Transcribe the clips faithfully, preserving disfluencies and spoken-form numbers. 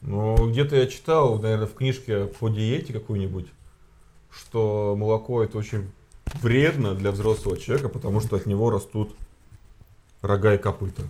Ну, где-то я читал, наверное, в книжке по диете какой-нибудь, что молоко это очень вредно для взрослого человека, потому что от него растут рога и копыта.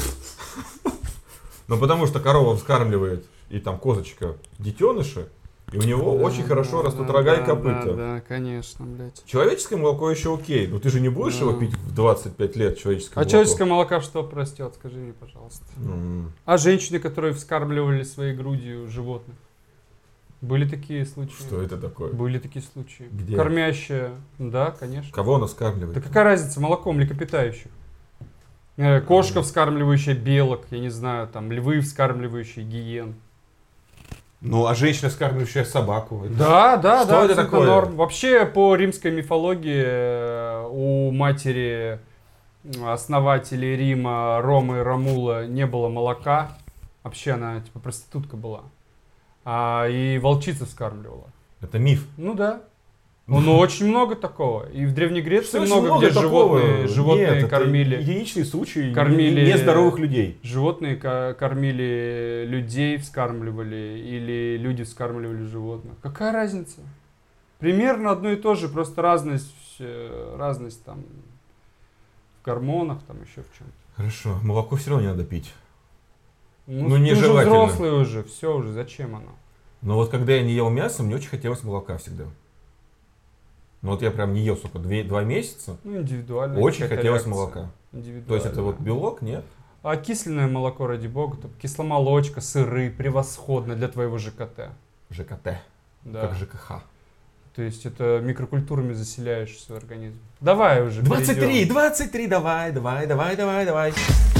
Ну, потому что корова вскармливает, и там козочка детеныши, и у него да, очень хорошо да, растут да, рога да, и копыта. Да, да, конечно, блядь. Человеческое молоко еще окей, но ты же не будешь да. его пить в двадцать пять лет, человеческое а молоко. А человеческое молоко что растет, скажи мне, пожалуйста. Mm. А женщины, которые вскармливали своей грудью животных? Были такие случаи? Что это такое? Были такие случаи. Где? Кормящая, да, конечно. Кого она вскармливает? Да какая разница, молоко млекопитающих? Кошка, вскармливающая белок, я не знаю, там, львы, вскармливающие гиен. Ну, а женщина, вскармливающая собаку? Это... Да, да, что да, это такое? Норм. Вообще, по римской мифологии, у матери основателей Рима, Ромы и Ромула, не было молока. Вообще, она, типа, проститутка была. А, и волчица вскармливала. Это миф? Ну, да. Ну, очень много такого. И в Древней Греции много, много где животные, животные Нет, кормили. Это единичные случаи кормили нездоровых людей. Животные кормили людей, вскармливали, или люди вскармливали животных. Какая разница? Примерно одно и то же, просто разность, разность там в гормонах, там еще в чем-то. Хорошо, молоко все равно не надо пить. Ну, ну ты не уже желательно. Взрослый уже, все уже, зачем оно? Но вот когда я не ел мясо, мне очень хотелось молока всегда. Ну вот я прям не ел, сколько, две, два месяца. Ну, индивидуально. Очень хотелось реакция. Молока. То есть это вот белок, нет? А кисленное молоко, ради бога, там, кисломолочка, сыры, превосходно для твоего ЖКТ. ЖКТ? Да. Как ЖКХ. То есть это микрокультурами заселяешь свой организм. Давай уже двадцать три, перейдем. двадцать три, давай, давай, давай, давай, давай.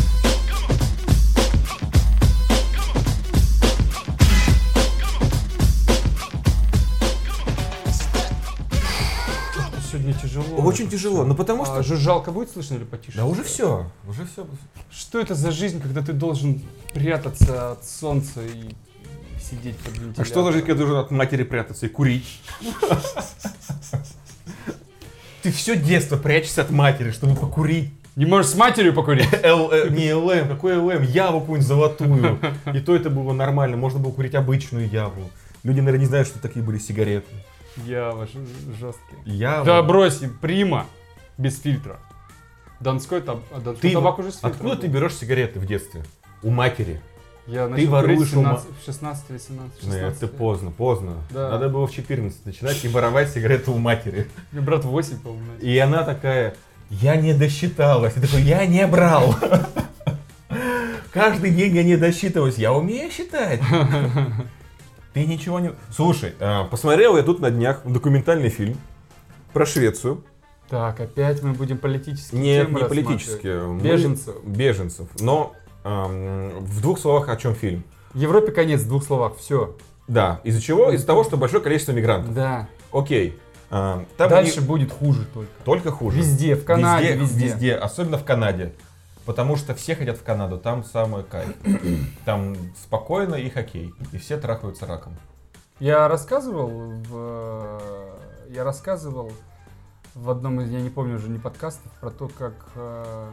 Сегодня тяжело. Очень тяжело, но потому что... А жужжалка будет слышно или потише? Да уже все, уже все. Что это за жизнь, когда ты должен прятаться от солнца и сидеть под вентилятором? А что за жизнь, когда ты должен от матери прятаться и курить? Ты все детство прячешься от матери, чтобы покурить. Не можешь с матерью покурить? Не ЛМ, какой ЛМ? Яву какую-нибудь золотую. И то это было нормально, можно было курить обычную яву. Люди, наверное, не знают, что такие были сигареты. Ява, жесткий. Ява. Да брось, Прима без фильтра. Донской, таб... Донской ты, табак уже с фильтром. Откуда был. ты берешь сигареты в детстве? У матери. Я ты воруешь у матери. В шестнадцать или семнадцать. Нет, это поздно, поздно. Да. Надо было в четырнадцать начинать и воровать сигареты у матери. Мне брат восемь, по-моему. И она такая, я не досчиталась. Я такой, я не брал. Каждый день я не досчитываюсь. Я умею считать. Ты ничего не... Слушай, посмотрел я тут на днях документальный фильм про Швецию. Так, опять мы будем политические Нет, темы не политические. Беженцев. Мы... Беженцев. Но эм, в двух словах о чем фильм? В Европе конец, в двух словах, все. Да, из-за чего? Из-за того, что большое количество мигрантов. Да. Окей. Эм, там Дальше не... будет хуже только. Только хуже. Везде, в Канаде, везде. везде. Везде, особенно в Канаде. Потому что все хотят в Канаду, там самый кайф. Там спокойно и хоккей. И все трахаются раком. Я рассказывал в... Я рассказывал в одном из, я не помню уже, не подкастов, про то, как э,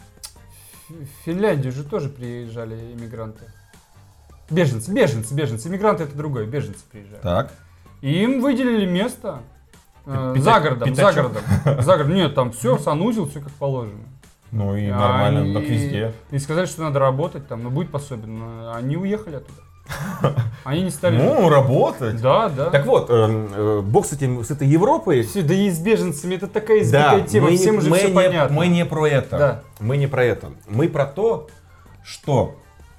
в Финляндию же тоже приезжали иммигранты. Беженцы, беженцы, беженцы. Иммигранты это другое, беженцы приезжали. Так. И им выделили место э, Пита- за городом, питачок. за городом. За городом. Нет, там все, санузел, все как положено. Ну и нормально, Они... как везде. И сказали, что надо работать там, но будет пособие. Но они уехали оттуда. Они не стали... Ну, работать. Да, да. Так вот, э, э, бог с, этим, с этой Европой... Все, да и с беженцами, это такая избитая да, тема, мы всем не, уже мы все не, понятно. Мы не про это. Да. Мы не про это. Мы про то, что...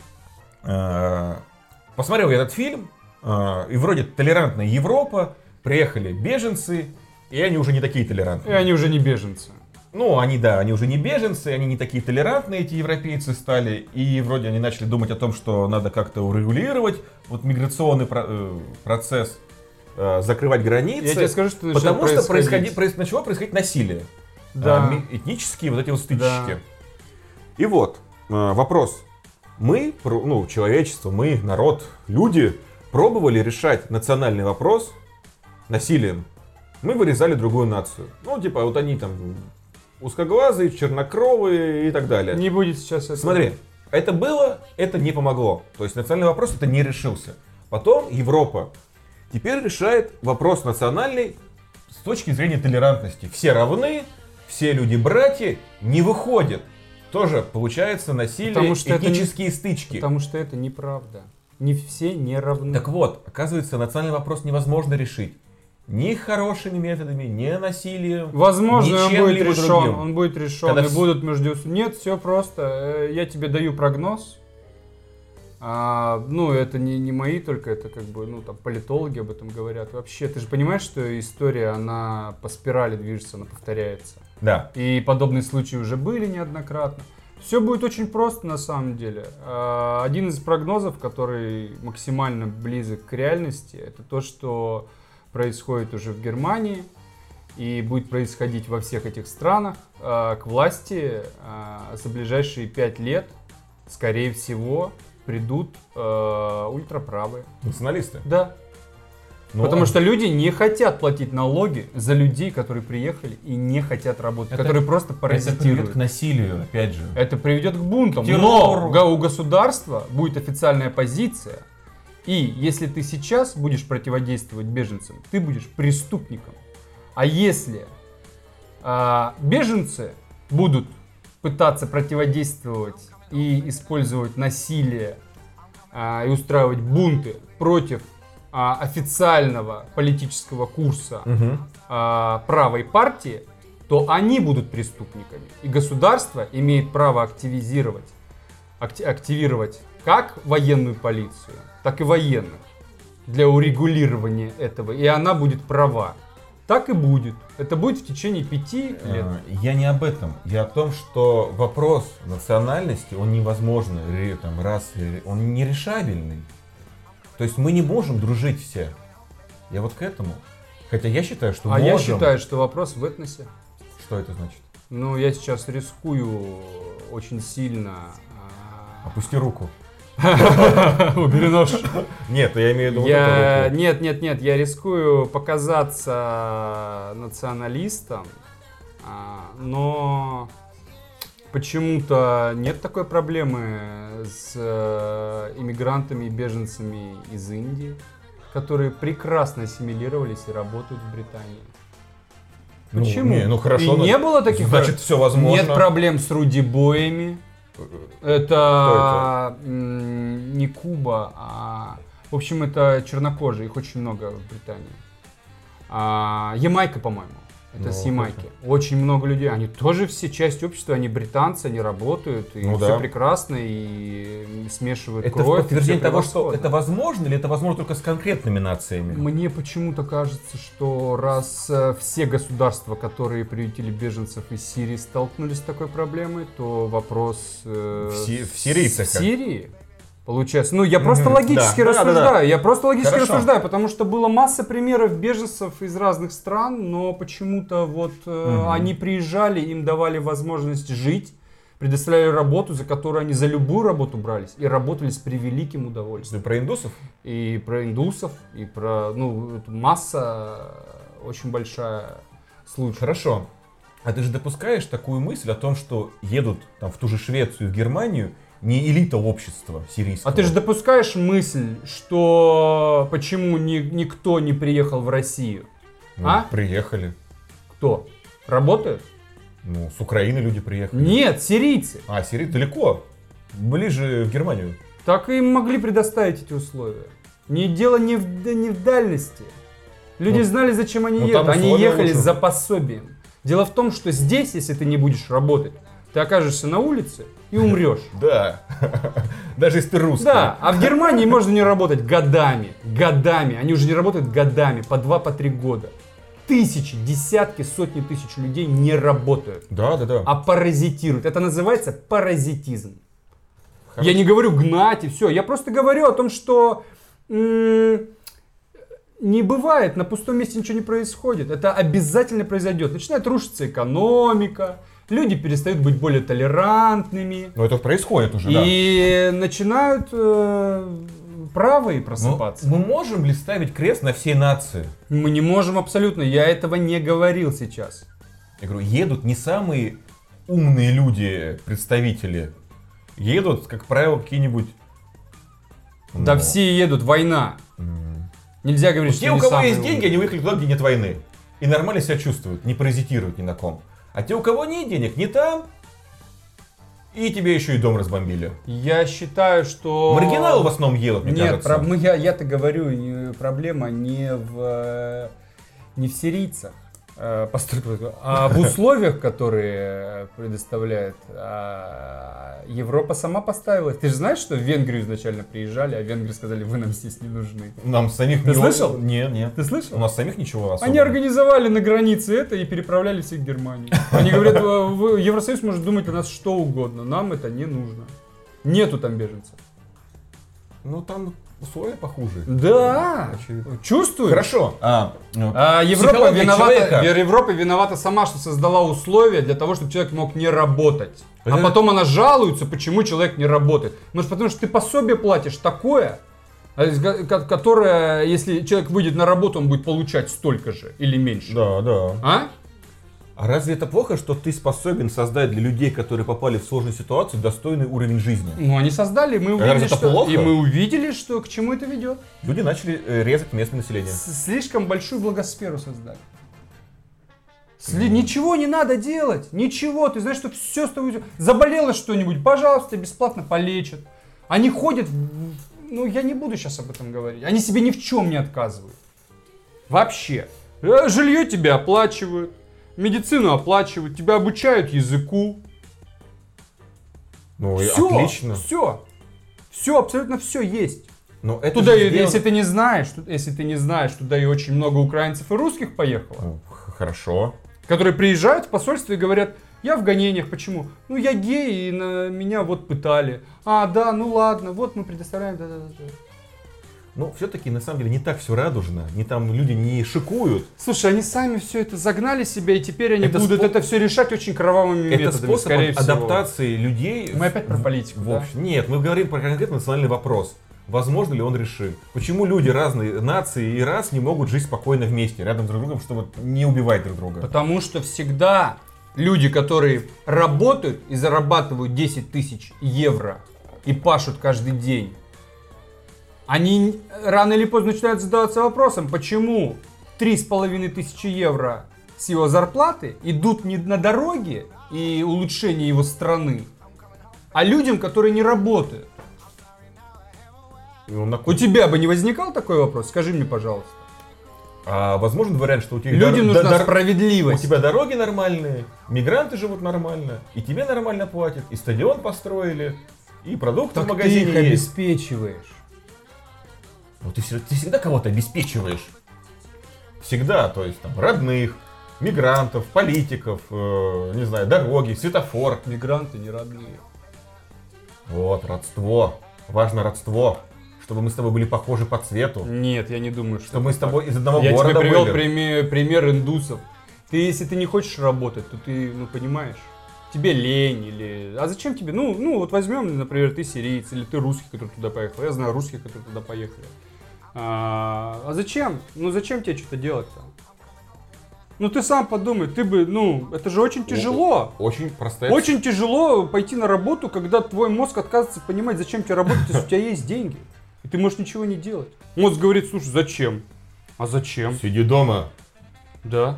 Э, посмотрел я этот фильм, э, и вроде толерантная Европа, приехали беженцы, и они уже не такие толерантные. И они уже не беженцы. Ну, они, да, они уже не беженцы, они не такие толерантные, эти европейцы стали, и вроде они начали думать о том, что надо как-то урегулировать вот миграционный про- э, процесс, э, закрывать границы. Я тебе скажу, что начало потому что происходить. происходи, проис- начало происходить насилие. Да. А, ми- этнические вот эти вот стычки. Да. И вот, э, вопрос. Мы, про- ну, человечество, мы, народ, люди, пробовали решать национальный вопрос насилием. Мы вырезали другую нацию. Ну, типа, вот они там... узкоглазые, чернокровые и так далее. Не будет сейчас этого. Смотри, Это было, это не помогло. То есть национальный вопрос это не решился. Потом Европа теперь решает вопрос национальный с точки зрения толерантности. Все равны, все люди братья, не выходит. Тоже получается насилие, Потому что это не- этнические стычки. Потому что это неправда. Не все не равны. Так вот, оказывается, национальный вопрос невозможно решить ни хорошими методами, ни насилием. Возможно, он будет ничем-либо решен, другим. он будет решен, Когда и вс- будут между... Нет, все просто. Э, Я тебе даю прогноз. А, ну, это не, не мои только, это как бы, ну, там, политологи об этом говорят. Вообще, ты же понимаешь, что история, она по спирали движется, она повторяется. Да. И подобные случаи уже были неоднократно. Все будет очень просто на самом деле. А, Один из прогнозов, который максимально близок к реальности, это то, что происходит уже в Германии и будет происходить во всех этих странах. А, К власти а, за ближайшие пять лет, скорее всего, придут а, ультраправые. Националисты. Да. Ну, Потому а- что люди не хотят платить налоги за людей, которые приехали и не хотят работать, Это- которые просто это приведет паразитируют. к насилию, опять же. Это приведет к бунтам. Террору. Но га- у государства будет официальная позиция. И если ты сейчас будешь противодействовать беженцам, ты будешь преступником. А если а, беженцы будут пытаться противодействовать и использовать насилие а, и устраивать бунты против а, официального политического курса Мгм. а, правой партии, то они будут преступниками. И государство имеет право активизировать, акти- активировать как военную полицию, так и военных для урегулирования этого. И она будет права. Так и будет. Это будет в течение пяти лет. А, Я не об этом. Я о том, что вопрос национальности, он невозможно, ре- там, расы, он нерешабельный. То есть мы не можем дружить все. Я вот к этому. Хотя я считаю, что А можем. я считаю, что вопрос в этносе. Что это значит? Ну, я сейчас рискую очень сильно. Опусти руку. а, Убери нож. Нет, я имею в виду вот Я... эту руку. Нет, нет, нет, я рискую показаться националистом, а, но почему-то нет такой проблемы с э, иммигрантами и беженцами из Индии, которые прекрасно ассимилировались и работают в Британии. Ну, Почему? не, ну хорошо. И ну, не было таких Значит, про- все возможно. Нет проблем с рудибоями. Это м, не Куба, а... В общем, это чернокожие, их очень много в Британии. А, Ямайка, по-моему. Это Ну, с Ямайки. Очень много людей. Они тоже все часть общества, они британцы, они работают, и Ну все да. прекрасно, и смешивают Это в кровь. и подтверждение всё того, что превосходно. это возможно, или это возможно только с конкретными нациями? Мне почему-то кажется, что раз э, все государства, которые приютили беженцев из Сирии, столкнулись с такой проблемой, то вопрос э, В Си- в с- сирийцах в как? Сирии получается. Ну, я просто Мгм, логически да. Да, да, рассуждаю. да. Я просто логически Хорошо. рассуждаю, потому что было масса примеров беженцев из разных стран, но почему-то вот э, Мгм. они приезжали, им давали возможность жить, предоставляли работу, за которую они за любую работу брались и работали с превеликим удовольствием. Ты про индусов? И про индусов, и про, ну, это масса очень большая случаев. Хорошо. А ты же допускаешь такую мысль о том, что едут там в ту же Швецию, в Германию не элита общества сирийского? А ты же допускаешь мысль, что почему ни- никто не приехал в Россию? Ну, а? Приехали. Кто? Работают? Ну, с Украины люди приехали. Нет, сирийцы. А, Сирия далеко. Ближе в Германию. Так им могли предоставить эти условия. Не дело не в, да не в дальности. Люди Ну, знали, зачем они ну, едут. там Они условия ехали лучше. за пособием. Дело в том, что здесь, если ты не будешь работать, ты окажешься на улице и умрешь. Да. Даже если ты русский. Да, а в Германии можно не работать годами. Годами. Они уже не работают годами, по два, по три года. Тысячи, десятки, сотни тысяч людей не работают, Да, да, да. а паразитируют. Это называется паразитизм. Я не говорю гнать и все. Я просто говорю о том, что м, не бывает, на пустом месте ничего не происходит. Это обязательно произойдет. Начинает рушиться экономика, люди перестают быть более толерантными. Но это происходит уже, да. И начинают э, правые Ну, просыпаться. мы можем ли ставить крест на всей нации? Мы не можем абсолютно. Я этого не говорил сейчас. Я говорю, едут не самые умные люди, представители едут, как правило, какие-нибудь... Да ну, все едут, война. м. Нельзя говорить, Вот что те, у не кого самые есть деньги, умные. они выехали туда, где нет войны. И нормально себя чувствуют, не паразитируют ни на ком. А те, у кого нет денег, не там. И тебе еще и дом разбомбили. Я считаю, что... Маргиналы в основном едут, мне Нет, кажется. про- мы- я, я-то говорю, не- проблема не в, э, не в сирийцах, э, постройка, а в условиях, которые предоставляет. А Европа сама поставила. Ты же знаешь, что в Венгрию изначально приезжали, а венгры сказали, вы нам здесь не нужны. Нам самих Ты не... слышал? Нет, нет. Ты слышал? У нас самих ничего особого. Они организовали на границе это и переправляли всех в Германию. Они говорят, «Э, вы- Евросоюз может думать о нас что угодно, нам это не нужно. Нету там беженцев. Ну там условия похуже. Да, Очевидно. чувствуешь? Хорошо. А, ну, А Европа психология виновата, человека. Европа виновата сама, что создала условия для того, чтобы человек мог не работать. А Это- потом она жалуется, почему человек не работает. Может, потому что ты пособие платишь такое, а, ко- ко- которое, если человек выйдет на работу, он будет получать столько же или меньше. Да, да. А? А разве это плохо, что ты способен создать для людей, которые попали в сложную ситуацию, достойный уровень жизни? Ну, они создали, мы А увидели, разве это что... плохо? И мы увидели, что к чему это ведет. Люди начали э, резать местное население. С- Слишком большую благосферу создали. Сли- Ничего не надо делать, ничего, ты знаешь, что все с тобой... Заболело что-нибудь, пожалуйста, бесплатно полечат. Они ходят, в- ну я не буду сейчас об этом говорить, они себе ни в чем не отказывают. Вообще. Э, Жилье тебе оплачивают, медицину оплачивают, тебя обучают языку. Ну, и Все, отлично. все, все, абсолютно все есть. Но это Туда, же и- сделано- если ты не знаешь, тут- если ты не знаешь, туда и очень много украинцев и русских поехало, Ну, х- хорошо. которые приезжают в посольство и говорят, я в гонениях, почему? Ну я гей, и на меня вот пытали. А, да, ну ладно, вот мы предоставляем, да-да-да. Но все-таки на самом деле не так все радужно. Не там люди не шикуют. Слушай, они сами все это загнали себе, и теперь они Это будут спо- это все решать очень кровавыми Это методами, способ скорее всего. адаптации людей. Мы опять про политику, в да? общем. Нет, мы говорим про конкретно национальный вопрос. Возможно ли он решим? Почему люди разные нации и рас не могут жить спокойно вместе, рядом друг с другом, чтобы не убивать друг друга? Потому что всегда люди, которые работают и зарабатывают десять тысяч евро и пашут каждый день, они рано или поздно начинают задаваться вопросом, почему три с половиной тысячи евро с его зарплаты идут не на дороги и улучшение его страны, а людям, которые не работают. Ну, на- У тебя бы не возникал такой вопрос? Скажи мне, пожалуйста. А возможен вариант, что у тебя Людям дор- нужна дор- у справедливость. тебя дороги нормальные, мигранты живут нормально, и тебе нормально платят, и стадион построили, и продукты Так в ты магазине их есть. обеспечиваешь. Ну, ты, всё- ты всегда кого-то обеспечиваешь. Всегда, то есть там родных, мигрантов, политиков, э, не знаю, дороги, светофор. Мигранты не родные. Вот, родство. Важно родство. Чтобы мы с тобой были похожи по цвету. Нет, я не думаю, что... Чтобы мы с тобой из одного Я тебе города привел были. пример, пример индусов. Ты, если ты не хочешь работать, то ты, ну, понимаешь, тебе лень или... А зачем тебе? Ну, ну вот возьмем, например, ты сириец или ты русский, который туда поехал. Я знаю русских, которые туда поехали. А, а зачем? Ну, зачем тебе что-то делать-то? Ну, ты сам подумай, ты бы, ну, это же очень тяжело. Очень простая... Очень тяжело пойти на работу, когда твой мозг отказывается понимать, зачем тебе работать, если у тебя есть деньги. И ты можешь ничего не делать. Мозг говорит, слушай, зачем? А зачем? Сиди дома. Да.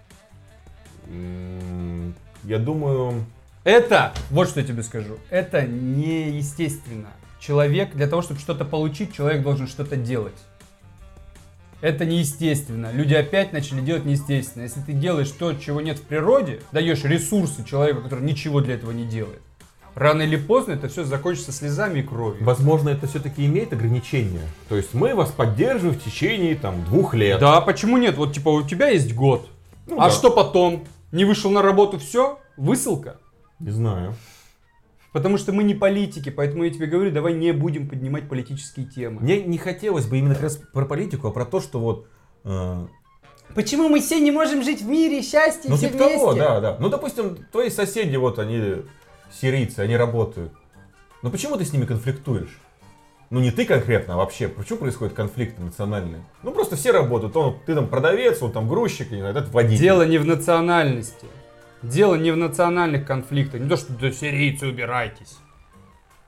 М, Я думаю... Это, вот что я тебе скажу, это неестественно. Человек, для того, чтобы что-то получить, человек должен что-то делать. Это неестественно. Люди опять начали делать неестественно. Если ты делаешь то, чего нет в природе, даешь ресурсы человеку, который ничего для этого не делает, рано или поздно это все закончится слезами и кровью. Возможно, это все-таки имеет ограничения. То есть мы вас поддерживаем в течение там двух лет. Да, почему нет? Вот типа у тебя есть год. Ну а да. что потом? Не вышел на работу, все? Высылка? Не знаю. Потому что мы не политики, поэтому я тебе говорю, давай не будем поднимать политические темы. Мне не хотелось бы именно как раз про политику, а про то, что вот... э, Почему мы все не можем жить в мире, счастье, ну все типа того, вместе? да, да. Ну допустим, твои соседи, вот они сирийцы, они работают. Но почему ты с ними конфликтуешь? Ну не ты конкретно, а вообще. Почему происходят конфликты национальные? Ну просто все работают. Он, ты там продавец, он там грузчик, не знаю, этот водитель. Дело не в национальности. Дело не в национальных конфликтах. Не то, что да, сирийцы, убирайтесь.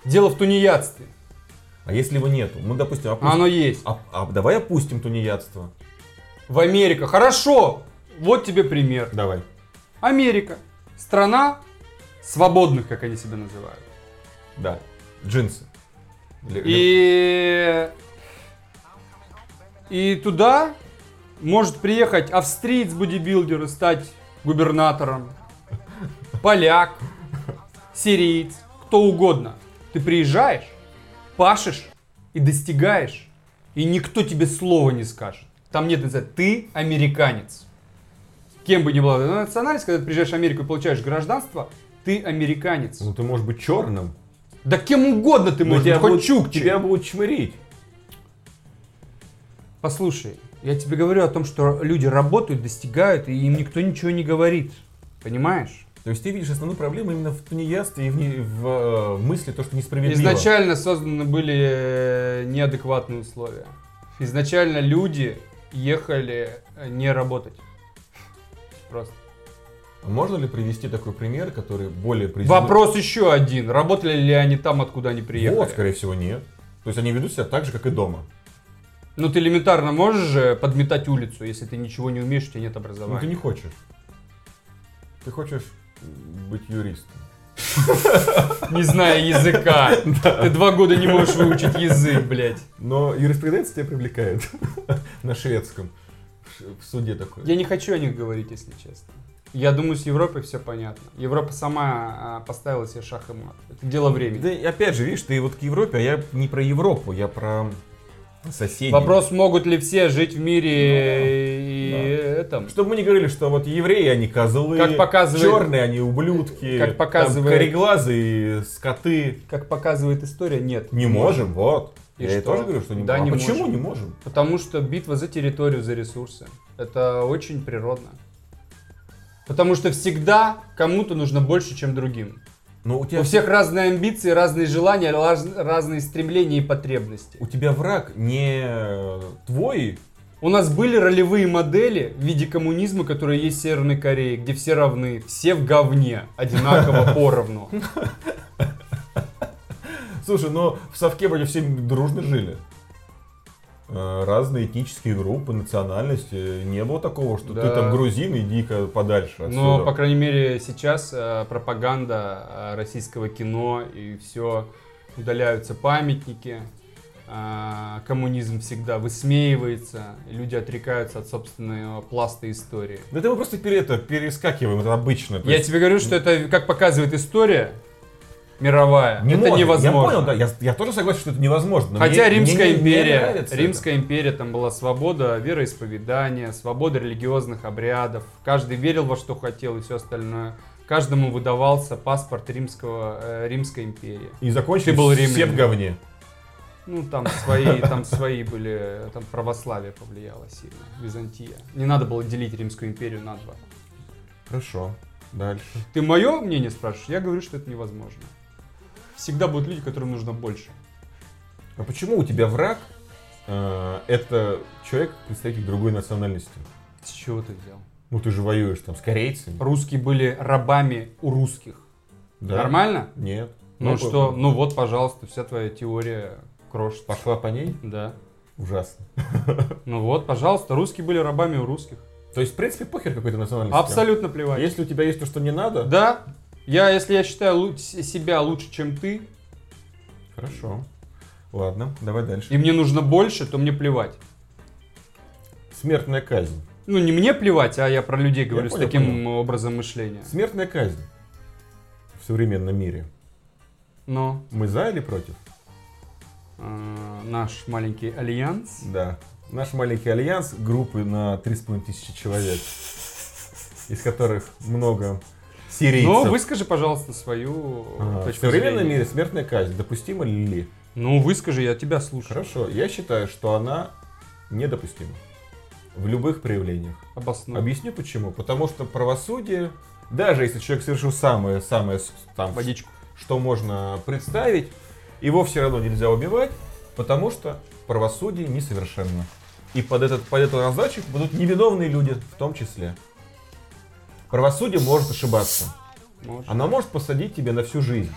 Дело в тунеядстве. А если его нету? Ну, допустим, опустим... Оно есть. А, а давай опустим тунеядство. В Америке. Хорошо. Вот тебе пример. Давай. Америка. Страна свободных, как они себя называют. Да. Джинсы. Для- И... И туда может приехать австриец-бодибилдер и стать губернатором. Поляк. Сириец. Кто угодно. Ты приезжаешь, пашешь и достигаешь. И никто тебе слова не скажет. Там нет, ты американец. Кем бы ни была твоя национальность, когда ты приезжаешь в Америку и получаешь гражданство, ты американец. Ну, ты можешь быть черным. Да кем угодно ты Но можешь тебя быть, хоть будут, чукчей. тебя будут чмырить. Послушай, я тебе говорю о том, что люди работают, достигают, и им никто ничего не говорит. Понимаешь? То есть ты видишь основную проблему именно в тунеядстве и в, не- в, э, в мысли, то, что несправедливо. Изначально созданы были э, неадекватные условия. Изначально люди ехали э, не работать. Просто. Можно ли привести такой пример, который более приземленный? Вопрос еще один. Работали ли они там, откуда они приехали? Вот, скорее всего, нет. То есть они ведут себя так же, как и дома. Ну ты элементарно можешь же подметать улицу, если ты ничего не умеешь, у тебя нет Но ты образования. не хочешь. Ты хочешь быть юристом. Не зная языка. Ты два года не можешь выучить язык, блядь. Но юриспруденция тебя привлекает на шведском. В суде такой. Я не хочу о них говорить, если честно. Я думаю, с Европой все понятно. Европа сама а, поставила себе шах и мат. Это дело времени. Да и опять же, видишь, ты вот к Европе, а я не про Европу, я про соседей. Вопрос, могут ли все жить в мире и Да. этом. Чтобы мы не говорили, что вот евреи, они козлы, Как показывает- черные, они ублюдки, Как показывает- там кореглазые, скоты. Как показывает история, нет. Не можем, вот. И я ей что? тоже говорю, что не Да, можем. не А почему можем. не можем? Потому что битва за территорию, за ресурсы. Это очень природно. Потому что всегда кому-то нужно больше, чем другим. Но у тебя, У всех разные амбиции, разные желания, раз- разные стремления и потребности. у тебя враг не твой. У нас были ролевые модели в виде коммунизма, которые есть в Северной Корее, где все равны, все в говне, одинаково поровну. Слушай, но в совке вроде все дружно жили. Э, Разные этнические группы, национальности. Не было такого, что ты Да. там грузин, иди-ка подальше отсюда. Но, по крайней мере, сейчас э, пропаганда э, российского кино и все, удаляются памятники, э, коммунизм всегда высмеивается, и люди отрекаются от собственного пласта истории. Да это мы просто пере- это, перескакиваем, это обычно. То Я есть тебе говорю, что это, как показывает история мировая, не это может. невозможно. Я понял, да, я, я тоже согласен, что это невозможно. но Хотя мне- Римская мне не- не империя, нравится Римская империя, там была свобода вероисповедания, свобода религиозных обрядов. Каждый верил во что хотел и все остальное. Каждому выдавался паспорт римского, э, Римской империи. это. И закончили Ты был все римлянин. в говне. Ну, там свои, там свои были, там православие повлияло сильно, Византия. Не надо было делить Римскую империю на два. Хорошо. Дальше. Ты мое мнение спрашиваешь? Я говорю, что это невозможно. Всегда будут люди, которым нужно больше. А почему у тебя враг э, это человек, представитель другой национальности? С чего ты взял? Ну ты же воюешь там с корейцами. Русские были рабами у русских. Да? Нормально? Нет. Ну, Ну, что, ну вот, пожалуйста, вся твоя теория крошится. Пошла по ней? Да. Ужасно. Ну вот, пожалуйста, русские были рабами у русских. То есть, в принципе, похер какой-то национальности. Абсолютно плевать. Если у тебя есть то, что не надо, Да. Я, если я считаю лу- с- себя лучше, чем ты, хорошо. Ладно, давай дальше. и мне нужно больше, то мне плевать. Смертная казнь. Ну, не мне плевать, а я про людей говорю понял, с таким понял. образом мышления. Смертная казнь в современном мире. Но Мы за или против? э, наш маленький альянс. Да. Наш маленький альянс группы на три с половиной тысячи человек, из которых много сирийцев. Ну, выскажи, пожалуйста, свою Ага. В точку современном зрения. мире смертная казнь допустима ли? Ну, выскажи, я тебя слушаю. Хорошо, я считаю, что она недопустима в любых проявлениях. Обоснуй. Объясню почему. Потому что правосудие, даже если человек совершил самое-самое, там, Водичку. что можно представить, его все равно нельзя убивать, потому что правосудие несовершенно. И под, этот, под эту раздачу будут невиновные люди в том числе. Правосудие может ошибаться. Может. Она может посадить тебя на всю жизнь.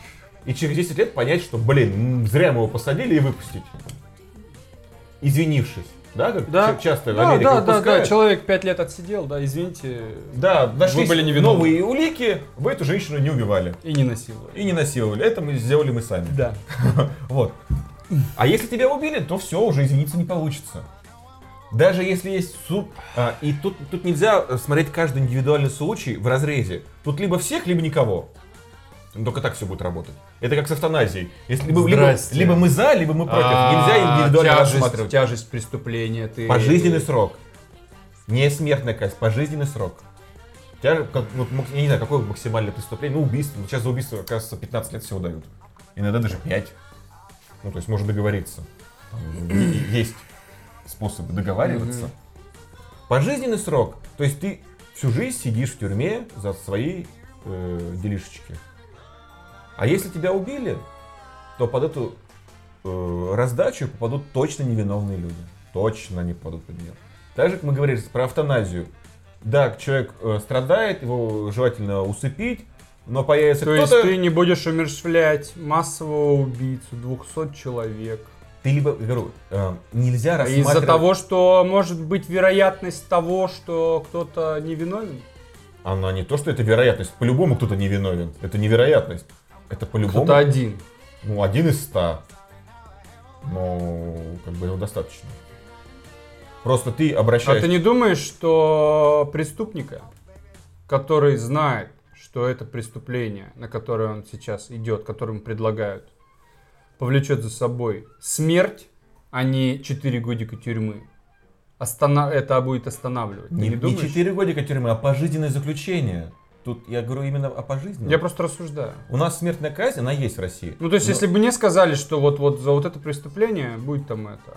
и через десять лет понять, что, блин, зря мы его посадили и выпустить. Извинившись. Да, как да. часто в да, Америке да, выпускают. Да, да, человек пять лет отсидел, да, извините. Да, нашлись вы были невиновны. новые улики, вы эту женщину не убивали. И не насиловали. И не насиловали. Это мы сделали мы сами. Да. Вот. А если тебя убили, то все, уже извиниться не получится. Даже если есть суд, а, и тут, тут нельзя смотреть каждый индивидуальный случай в разрезе. Тут либо всех, либо никого. Только так все будет работать. Это как с эвтаназией. Если либо, либо, либо мы за, либо мы против. Нельзя индивидуально тяжесть, рассматривать. Тяжесть преступления. Ты... Пожизненный срок. Не смертная казнь, пожизненный срок. Тяж... Как, вот, я не знаю, какое максимальное преступление. Ну, убийство. Сейчас за убийство, оказывается, пятнадцать лет всего дают. Иногда даже пять. Ну, то есть можно договориться. Там, есть способы договариваться. Mm-hmm. Pожизненный срок. То есть ты всю жизнь сидишь в тюрьме за свои э, делишечки. А если тебя убили, то под эту э, раздачу попадут точно невиновные люди. Точно не попадут под нее. Так же, как мы говорили про эвтаназию. Да, человек э, страдает, его желательно усыпить, но появится то кто-то... То есть ты не будешь умерщвлять массового убийцу, двухсот человек. Ты либо, говорю, э, нельзя рассматривать... Из-за того, что может быть вероятность того, что кто-то невиновен? Она не то, что это вероятность. По-любому кто-то невиновен. Это невероятность. Это по-любому... Кто-то один. Ну, один из ста. Но, как бы, его достаточно. Просто ты обращаешься... А ты не думаешь, что преступника, который знает, что это преступление, на которое он сейчас идет, которое ему предлагают, повлечет за собой смерть, а не четыре годика тюрьмы? Остана... Это будет останавливать. Ты Не, не, не думаешь? четыре годика тюрьмы, а пожизненное заключение. Тут я говорю именно о пожизненном. Я просто рассуждаю. У нас смертная казнь, она есть в России. Ну, то есть, Но... если бы мне сказали, что вот, вот за вот это преступление будет там это,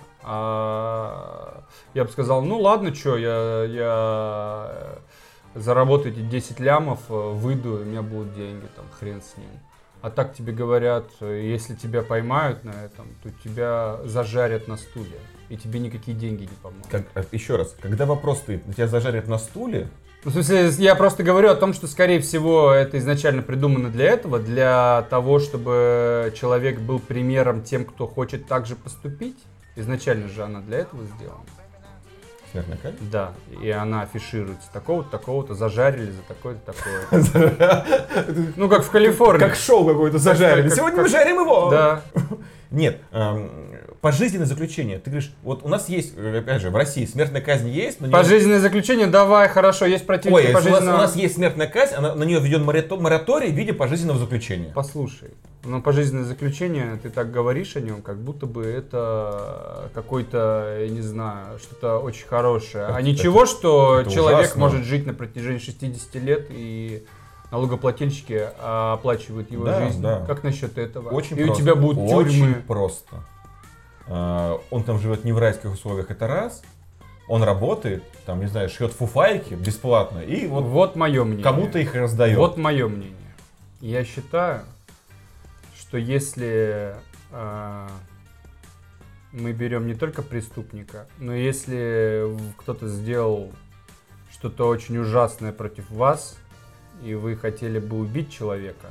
а я бы сказал, ну ладно, что, я, я заработаю эти десять лямов, выйду, и у меня будут деньги, там, хрен с ним. А так тебе говорят, если тебя поймают на этом, то тебя зажарят на стуле, и тебе никакие деньги не помогут. Как, еще раз, когда вопрос стоит, тебя зажарят на стуле. Ну, в смысле, я просто говорю о том, что, скорее всего, это изначально придумано для этого, для того, чтобы человек был примером тем, кто хочет так же поступить. Изначально же она для этого сделана. Смертная казнь? Да, и она афишируется. Такого-то, такого-то зажарили за такое-то, такое-то. Ну, как в Калифорнии. Как шоу какое-то зажарили. Сегодня мы жарим его! Да. Нет, пожизненное заключение. Ты говоришь, вот у нас есть, опять же, в России смертная казнь есть, но... Пожизненное заключение, давай, хорошо, есть противники Ой, пожизненного... у нас, у нас есть смертная казнь, а на, на нее введен мораторий в виде пожизненного заключения. Послушай, но пожизненное заключение, ты так говоришь о нем, как будто бы это какой-то, я не знаю, что-то очень хорошее. Это, а ничего, это, что это человек ужасно. Может жить на протяжении шестидесяти лет и... Налогоплательщики оплачивают его да, жизнь. Да. Как насчет этого? Очень и просто. у тебя будут Очень тюрьмы. просто. Uh, он там живет не в райских условиях, это раз. Он работает, там, не знаю, шьет фуфайки бесплатно. И вот, вот мое мнение. Кому-то их раздает. Вот мое мнение. Я считаю, что если uh, мы берем не только преступника, но если кто-то сделал что-то очень ужасное против вас, и вы хотели бы убить человека,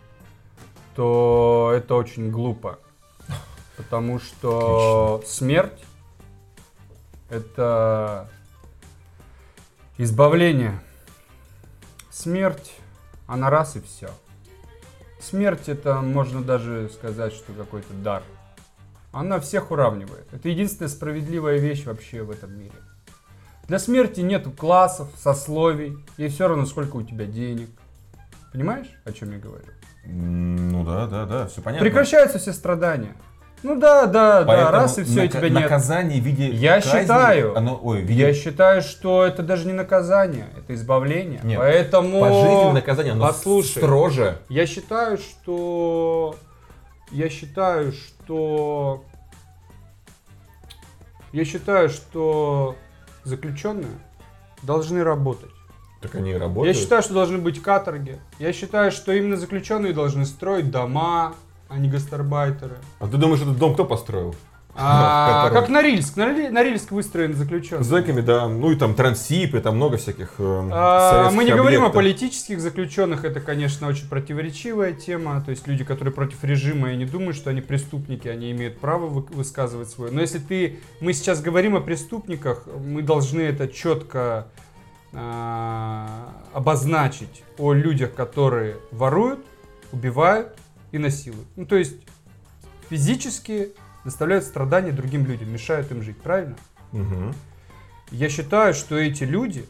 то это очень глупо. Потому что Отлично. Смерть — это избавление. Смерть, она раз и все. Смерть — это, можно даже сказать, что какой-то дар. Она всех уравнивает. Это единственная справедливая вещь вообще в этом мире. Для смерти нету классов, сословий, и все равно сколько у тебя денег. Понимаешь, о чем я говорю? Ну да, да, да, все понятно. Прекращаются все страдания. Ну да, да, Поэтому да, раз и все, нака- и тебя нет. Наказание в виде Я казни, считаю, оно, ой, в виде... я считаю, что это даже не наказание, это избавление. Нет, поэтому... пожизненное наказание, оно Послушай, строже. Я считаю, что... Я считаю, что... Я считаю, что заключенные должны работать. Так они и работают. Я считаю, что должны быть каторги. Я считаю, что именно заключенные должны строить дома, а не гастарбайтеры. А ты думаешь, этот дом кто построил? А, котором- как Норильск. Нориль- Норильск выстроен заключенным. С зэками, да. Ну и там Трансип, и там много всяких э, А, советских Мы не говорим о объектов. политических заключенных, это, конечно, очень противоречивая тема. То есть люди, которые против режима и не думают, что они преступники, они имеют право вы- высказывать свое. Но если ты, мы сейчас говорим о преступниках, мы должны это четко а, обозначить о людях, которые воруют, убивают и насилуют. Ну, то есть физически доставляют страдания другим людям, мешают им жить, правильно? Мгм. Я считаю, что эти люди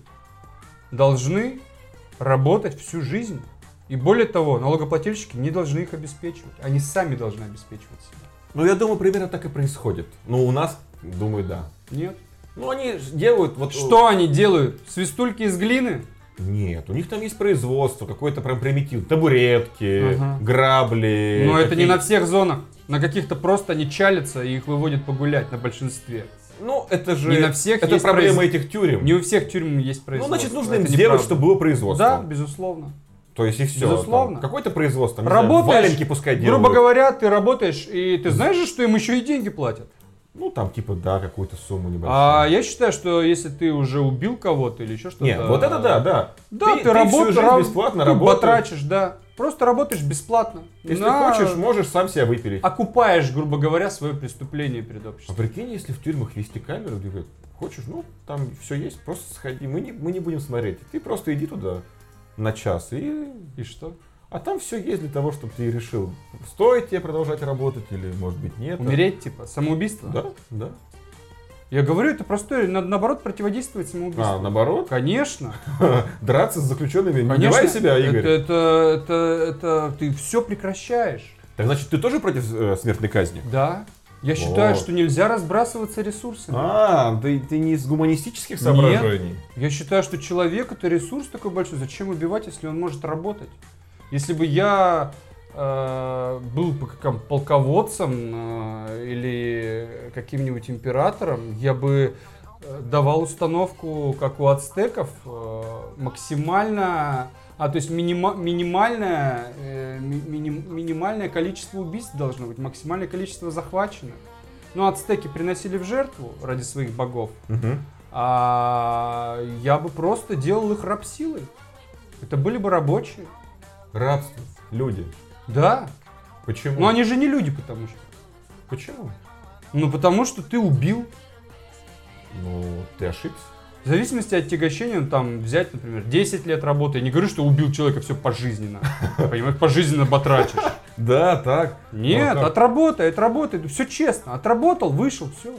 должны работать всю жизнь. И более того, налогоплательщики не должны их обеспечивать. Они сами должны обеспечивать себя. Ну, я думаю, примерно так и происходит. Ну, у нас, думаю, да. Нет. Ну, они ж делают вот... Что они делают? Свистульки из глины? Нет, у них там есть производство, какое-то прям примитив. Табуретки, Ага. грабли. Но это не какие- на всех зонах. На каких-то просто они чалятся и их выводят погулять на большинстве. Ну, это же... Не на всех это есть проблема произ- этих тюрем. Не у всех тюрем есть Ну, производство. значит, нужно им Это сделать, неправда. чтобы было производство. Да, безусловно. То есть и все. Безусловно. Какое-то производство. там, не знаю, Работаешь, валенки пускай делают. грубо говоря, ты работаешь, и ты знаешь же, что им еще и деньги платят. Ну, там, типа, да, какую-то сумму небольшую. А я считаю, что если ты уже убил кого-то или еще что-то... Нет, вот это да, да. Да, ты, всю работаешь, жизнь раб- бесплатно ты работаешь. батрачишь, да. Просто работаешь бесплатно. Если На- хочешь, можешь сам себя выпилить. Окупаешь, грубо говоря, свое преступление перед А обществом. прикинь, если в тюрьмах вести камеру, где говорят, хочешь, ну, там все есть, просто сходи, мы не, мы не будем смотреть. Ты просто иди туда на час, и... И что? а там все есть для того, чтобы ты решил, стоит тебе продолжать работать или, может быть, нет. Умереть, типа, самоубийство? Да, да. Я говорю, это простое, надо, наоборот, противодействовать самоубийству. А, наоборот, Конечно. драться с заключенными, не Конечно. убивай себя, Игорь. Это, это, это, это ты все прекращаешь. Так значит, ты тоже против э, смертной казни? Да. Я считаю, Вот. что нельзя разбрасываться ресурсами. А, ты, ты не из гуманистических соображений? Я считаю, что человек это ресурс такой большой. Зачем убивать, если он может работать? Если бы я э, был бы как, полководцем э, или каким-нибудь императором, я бы э, давал установку, как у ацтеков, э, максимально, а то есть минима, минимальное, э, ми- миним- минимальное количество убийств должно быть, максимальное количество захваченных. Ну, ацтеки приносили в жертву ради своих богов. Мгм. А я бы просто делал их рабсилой. Это были бы рабочие. Рабство, люди. Да. Почему? Но они же не люди, потому что. Почему? Ну, потому что ты убил. Ну, ты ошибся. В зависимости от тягощения, ну, там, взять, например, десять лет работы. Я не говорю, что убил человека все пожизненно. Понимаешь, пожизненно батрачишь. Да, так. Нет, Ну, а как? отработай, отработай. Все честно. Отработал, вышел, все.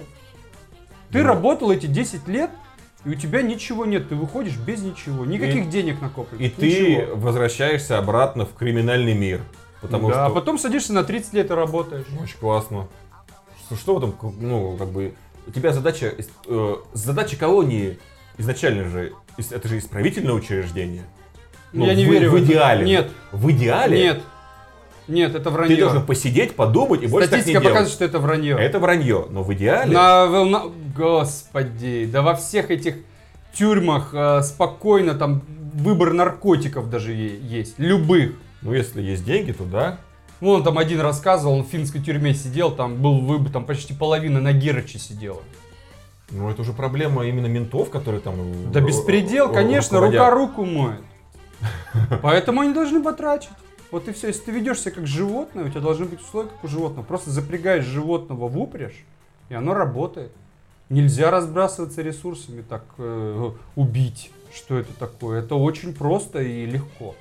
Ты Ну. работал эти десять лет, и у тебя ничего нет. Ты выходишь без ничего. Никаких И- денег накопленных. И ты ничего. возвращаешься обратно в криминальный мир. Потому да, а что... потом садишься на тридцать лет и работаешь. Очень классно. Что, что в этом, ну, как бы... У тебя задача... э, задача колонии изначально же... ис- Это же исправительное учреждение. Ну, Я не в, верю в в это. идеале. Нет. В идеале Нет. Нет, это вранье. ты должен посидеть, подумать и больше так не Статистика делать. показывает, что это вранье. Это вранье. Но в идеале... На, на- Господи, да во всех этих тюрьмах э, спокойно там выбор наркотиков даже е- есть. Любых. Ну, если есть деньги, то да. Вон там один рассказывал, он в финской тюрьме сидел, там был выбор, там почти половина на Гераче сидела. Ну, это уже проблема именно ментов, которые там... Да э, беспредел, э, конечно, руководят. рука руку моет. Поэтому они должны батрачить. Вот и все. Если ты ведешь себя как животное, у тебя должны быть условия как у животного. Просто запрягаешь животного в упряжь, и оно работает. Нельзя разбрасываться ресурсами, так э, убить. Что это такое? Это очень просто и легко.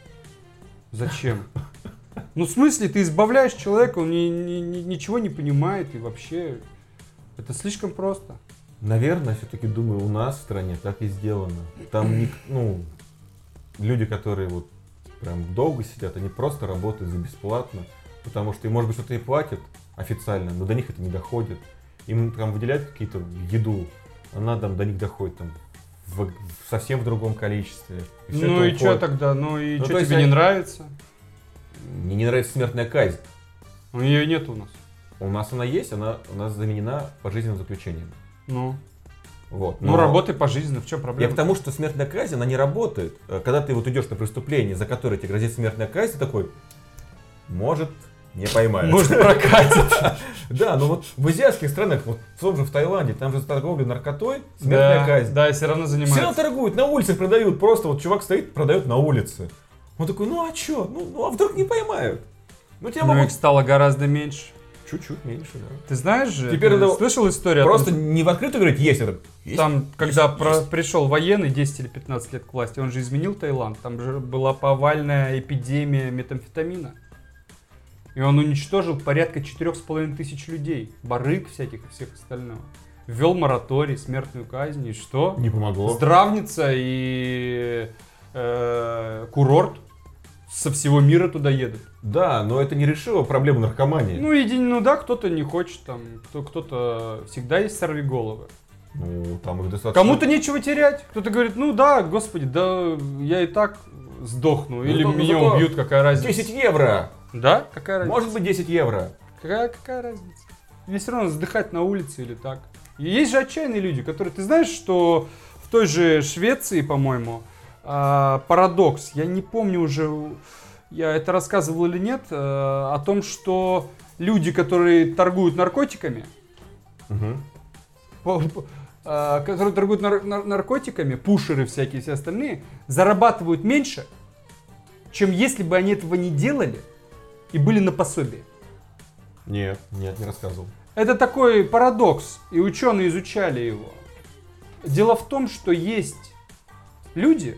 Зачем? Ну, в смысле, ты избавляешь человека, он ни- ни- ни- ничего не понимает, и вообще это слишком просто. Наверное, все-таки думаю, у нас в стране так и сделано. Там, ник- ну, люди, которые вот прям долго сидят, они просто работают за бесплатно, потому что им, может быть, что-то и платят официально, но до них это не доходит. Им там выделяют какие-то еду, она там до них доходит там в, в совсем в другом количестве. И всё Ну это и что уходит. тогда? Ну и Ну, что то есть тебе они- не нравится? Мне не нравится смертная казнь. Ну, ее нет у нас. У нас она есть, она у нас заменена пожизненным заключением. Ну, Вот. ну Но- работай пожизненно, в чем Я проблема? к тому, что смертная казнь, она не работает. Э, Когда ты вот идешь на преступление, за которое тебе грозит смертная казнь, ты такой, может, не поймают. Может, прокатит. Да, но вот в азиатских странах, вот в том же в Таиланде, там же торговля наркотой, смертная казнь. Да, все равно занимаются. Все равно торгуют, на улице продают, просто вот чувак стоит, продает на улице. Он такой, ну а чё, ну, ну а вдруг не поймают? Ну тебя Но могут... их стало гораздо меньше. Чуть-чуть меньше, да. Ты знаешь же, Теперь ты это слышал историю? Просто о том, не в открытую говорить, есть это. что Есть, там, есть, когда есть. про- пришел военный десять или пятнадцать лет к власти, он же изменил Таиланд. Там же была повальная эпидемия метамфетамина. И он уничтожил порядка четырех с половиной тысяч людей. Барыг всяких и всех остального. Ввел мораторий, смертную казнь. И что? Не помогло. Здравница и э, курорт со всего мира туда едут. Да, но это не решило проблему наркомании. Ну, иди, ну да, кто-то не хочет, там, кто, кто-то всегда есть сорвиголовы. Ну, там их достаточно... Кому-то нечего терять. Кто-то говорит, ну да, господи, да я и так сдохну. Или Зато- меня зато убьют, какая разница. десять евро! Да? Какая разница? Может быть десять евро. Какая, какая разница? Мне все равно вздыхать на улице или так. И есть же отчаянные люди, которые... Ты знаешь, что в той же Швеции, по-моему, а, парадокс. Я не помню уже, я это рассказывал или нет, а, о том, что люди, которые торгуют наркотиками, Мгм. по- по- а, которые торгуют нар- нар- наркотиками, пушеры всякие и все остальные, зарабатывают меньше, чем если бы они этого не делали и были на пособии. Нет, нет, не рассказывал. Это такой парадокс, и ученые изучали его. Дело в том, что есть люди,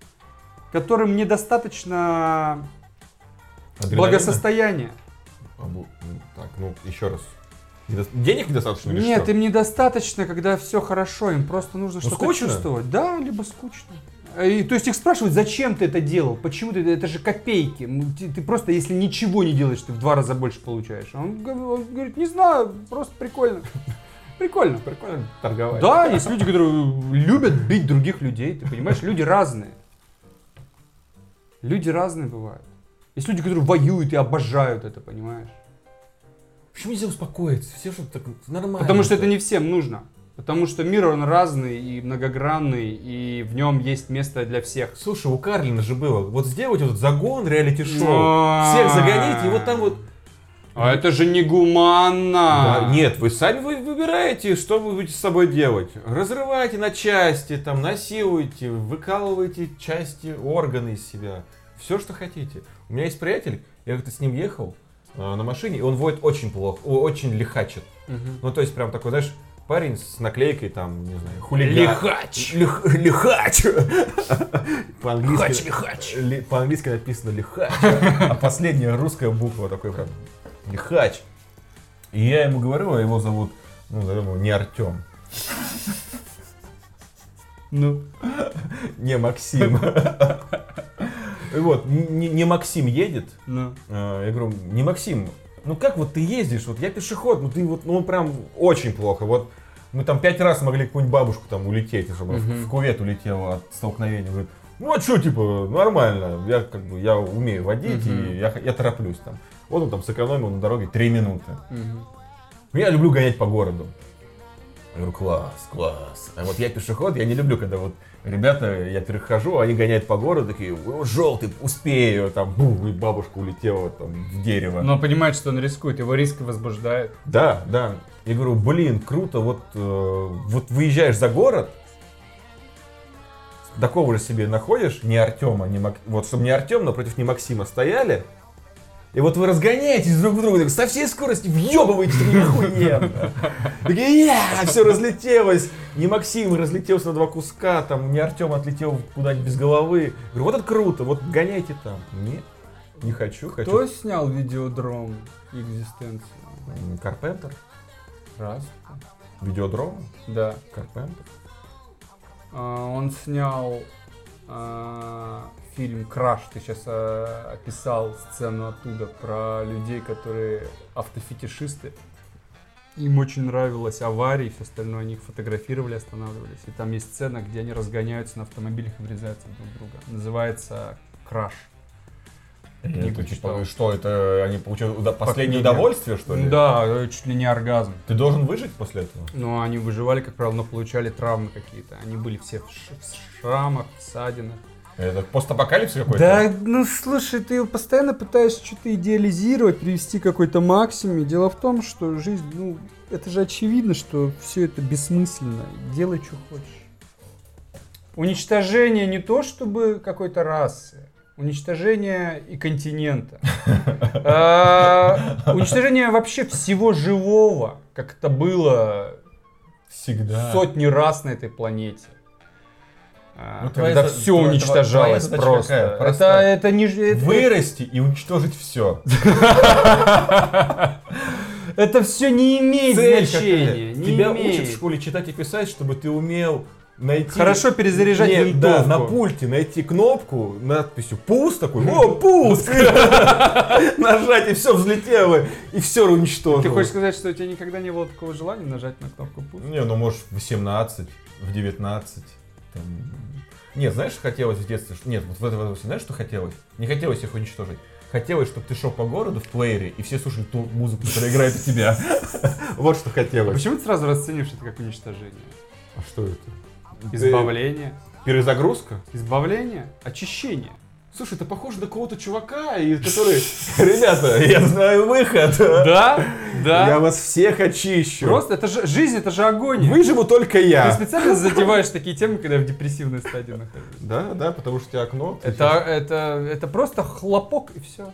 которым недостаточно Адреналина? благосостояния. Абу- Так, ну, еще раз. Недо- Денег недостаточно или Нет, что? им недостаточно, когда все хорошо, им просто нужно Ну, что-то скучно? чувствовать. Да, либо скучно. И, то есть их спрашивают, зачем ты это делал, почему ты это, это же копейки. Ну, Ты, ты просто, если ничего не делаешь, ты в два раза больше получаешь. А Он, г- он говорит, не знаю, просто прикольно. Прикольно. Прикольно торговать. Да, есть люди, которые любят бить других людей, ты понимаешь, люди разные. Люди разные бывают. Есть люди, которые воюют и обожают это, понимаешь? Почему нельзя успокоиться? Все что так нормально. Потому что это не всем нужно. Потому что мир, он разный и многогранный, и в нем есть место для всех. Слушай, у Карлина же было. Вот сделайте вот загон, реалити-шоу. А. Всех загоните, и вот там вот... А это же негуманно. Да, нет, вы сами вы выбираете, что вы будете с собой делать. Разрывайте на части, там, насилуйте, выкалывайте части, органы из себя. Все, что хотите. У меня есть приятель, я как-то с ним ехал э, на машине, и он водит очень плохо, о, очень лихачит. Мгм. Ну, то есть, прям такой, знаешь, парень с наклейкой, там, не знаю, хулиган. Лихач. Лих- лихач. По-английски, Хач, лихач. ли- по-английски написано лихач, а последняя русская буква такой прям лихач. И я ему говорю, а его зовут, ну, назовем его не Артем, Ну. не Максим. И вот, не, не Максим едет, Ну. э, я говорю, не Максим, ну как вот ты ездишь, вот я пешеход, ну ты вот, ну прям очень плохо, вот мы там пять раз могли какую-нибудь бабушку там улететь, чтобы в, Мгм. в кувет улетела от столкновения, говорит, ну а что, типа, нормально, я как бы, я умею водить, Мгм. и я, я тороплюсь там. Вот он там сэкономил на дороге три минуты. Мгм. Я люблю гонять по городу. Я говорю, класс, класс. А вот я пешеход, я не люблю, когда вот ребята, я перехожу, они гоняют по городу, такие, «О, желтый, успею, там, бу, и бабушка улетела там в дерево. Но он понимает, что он рискует, его риск возбуждает. Да, да. Я говорю, блин, круто, вот, э, вот выезжаешь за город, такого же себе находишь, не Артема, не Мак... вот чтобы не Артем, напротив не Максима стояли, и вот вы разгоняетесь друг в друга, так, со всей скорости въебываете, это охуенно. Такие, я, все разлетелось. Не Максим разлетелся на два куска, там, не Артем отлетел куда-нибудь без головы. Говорю, вот это круто, вот гоняйте там. Нет, не хочу, хочу. Кто снял видеодром «Экзистенцию»? М, Карпентер, Раз. видеодром, Да. Карпентер. А, Он снял а, фильм «Краш». Ты сейчас описал сцену оттуда про людей, которые автофетишисты. Им очень нравилась авария и все остальное. Они их фотографировали, останавливались. И там есть сцена, где они разгоняются на автомобилях и врезаются друг в друга. Называется «Краш». Книгу Это, читал. типа, что, это они получают уда- последнее книге. удовольствие, что ли? Да, э, чуть ли не оргазм. Ты должен выжить после этого? Но они выживали, как правило, но получали травмы какие-то. Они были все в, ш- в шрамах, в ссадинах. Это постапокалипсис какой-то? Да, ну слушай, ты постоянно пытаешься что-то идеализировать, привести какой-то максимум. Дело в том, что жизнь, ну, это же очевидно, что все это бессмысленно. Делай, что хочешь. Уничтожение не то чтобы какой-то расы, уничтожение и континента. Уничтожение вообще всего живого, как это было всегда сотни раз на этой планете. Ну, когда твоя, все уничтожалось твоя просто. это, это не это, вырасти и уничтожить все. Это все не имеет значения. Тебя учат в школе читать и писать, чтобы ты умел найти... Хорошо перезаряжать Нет, винтовку. Да, на пульте найти кнопку надписью «Пуск» такой, о, пуск! Нажать, и все взлетело, и все уничтожило. Ты хочешь сказать, что у тебя никогда не было такого желания нажать на кнопку «Пуск»? Не, ну может в восемнадцать, в девятнадцать. Там... Нет, знаешь, что хотелось в детстве? Нет, вот в этом возрасте, знаешь, что хотелось? Не хотелось их уничтожить. Хотелось, чтобы ты шел по городу в плеере, и все слушали ту музыку, которая играет у тебя. Вот что хотелось. Почему ты сразу расцениваешь это как уничтожение? А что это? Избавление. Перезагрузка? Избавление? Очищение. Слушай, это похоже на какого-то чувака, который... Ребята, я знаю выход. Да, да. Я вас всех очищу. Просто это же жизнь, это же огонь. Выживу только я. Ты специально задеваешь такие темы, когда я в депрессивной стадии нахожусь. Да, да, потому что у тебя окно. Это, это, это просто хлопок и все.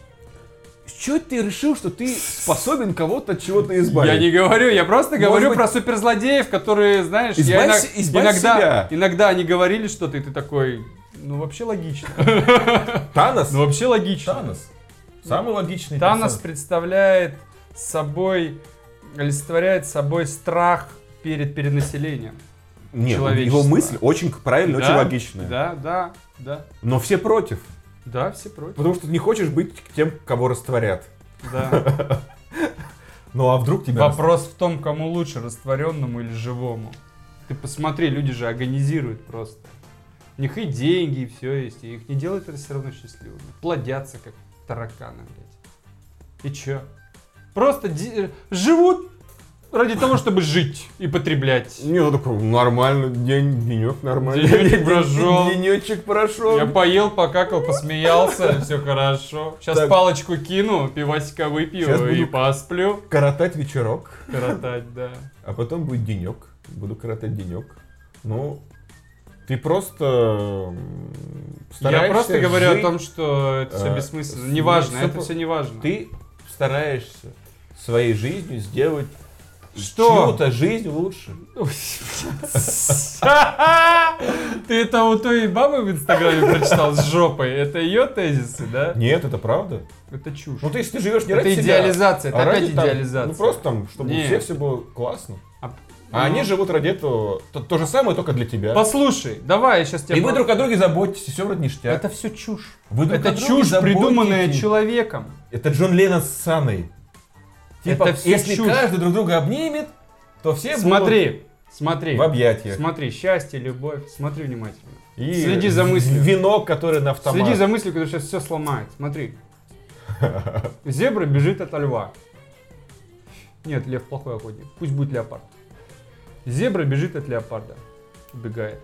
С чего ты решил, что ты способен кого-то от чего-то избавить? Я не говорю, я просто Может говорю быть... про суперзлодеев, которые, знаешь, избавь, я иног... избавь иногда, себя. иногда они говорили что-то, и ты такой, ну вообще логично. Танос? Ну вообще логично. Танос. Самый логичный. Танос представляет собой, олицетворяет собой страх перед перенаселением. Нет, его мысль очень правильная, да, очень логичная. Да, да, да. Но все против. Да, все против. Потому что ты не хочешь быть тем, кого растворят. Да. Ну а вдруг тебя... Вопрос в том, кому лучше, растворенному или живому. Ты посмотри, люди же агонизируют просто. У них и деньги, и все есть, и их не делает это все равно счастливыми. Плодятся, как тараканы, блядь. И чё? Просто ди- живут ради того, чтобы жить и потреблять. Не, ну такой нормально, день, денек нормально. Денечек прошел. Денечек прошел. Я поел, покакал, посмеялся, все хорошо. Сейчас Так. палочку кину, пивасика выпью Сейчас и буду посплю. Коротать вечерок. Коротать, да. А потом будет денек. Буду коротать денек. Ну, ты просто стараешься Я просто говорю жить, о том, что это все э, бессмысленно. с- Неважно, всё это по- все неважно. Ты стараешься своей жизнью сделать Что? чью-то жизнь лучше. Ты это у той бабы в Инстаграме прочитал с жопой? Это ее тезисы, да? Нет, это правда. Это чушь. Ну, ты, если ты живешь не Это ради себя, идеализация, это а опять ради там, идеализация. ну, просто там, чтобы Не. у всех все было классно. А- А они ну. живут ради этого. То, то же самое, только для тебя. Послушай, давай я сейчас тебе... И вы про- друг о друге заботитесь, и все вроде ништяк. Это все чушь. Вы друг Это о друге чушь, заботитесь. придуманная человеком. Это Джон Леннон с Саной. Типа, Это всё если чушь. каждый друг друга обнимет, то все Смотри, смотри. будут в объятиях. Смотри, счастье, любовь. Смотри внимательно. И Следи за мыслью. Венок, который на автомат. Следи за мыслью, который сейчас все сломает. Смотри. Зебра бежит от льва. Нет, лев плохой охотник. Пусть будет леопард. Зебра бежит от леопарда. Убегает.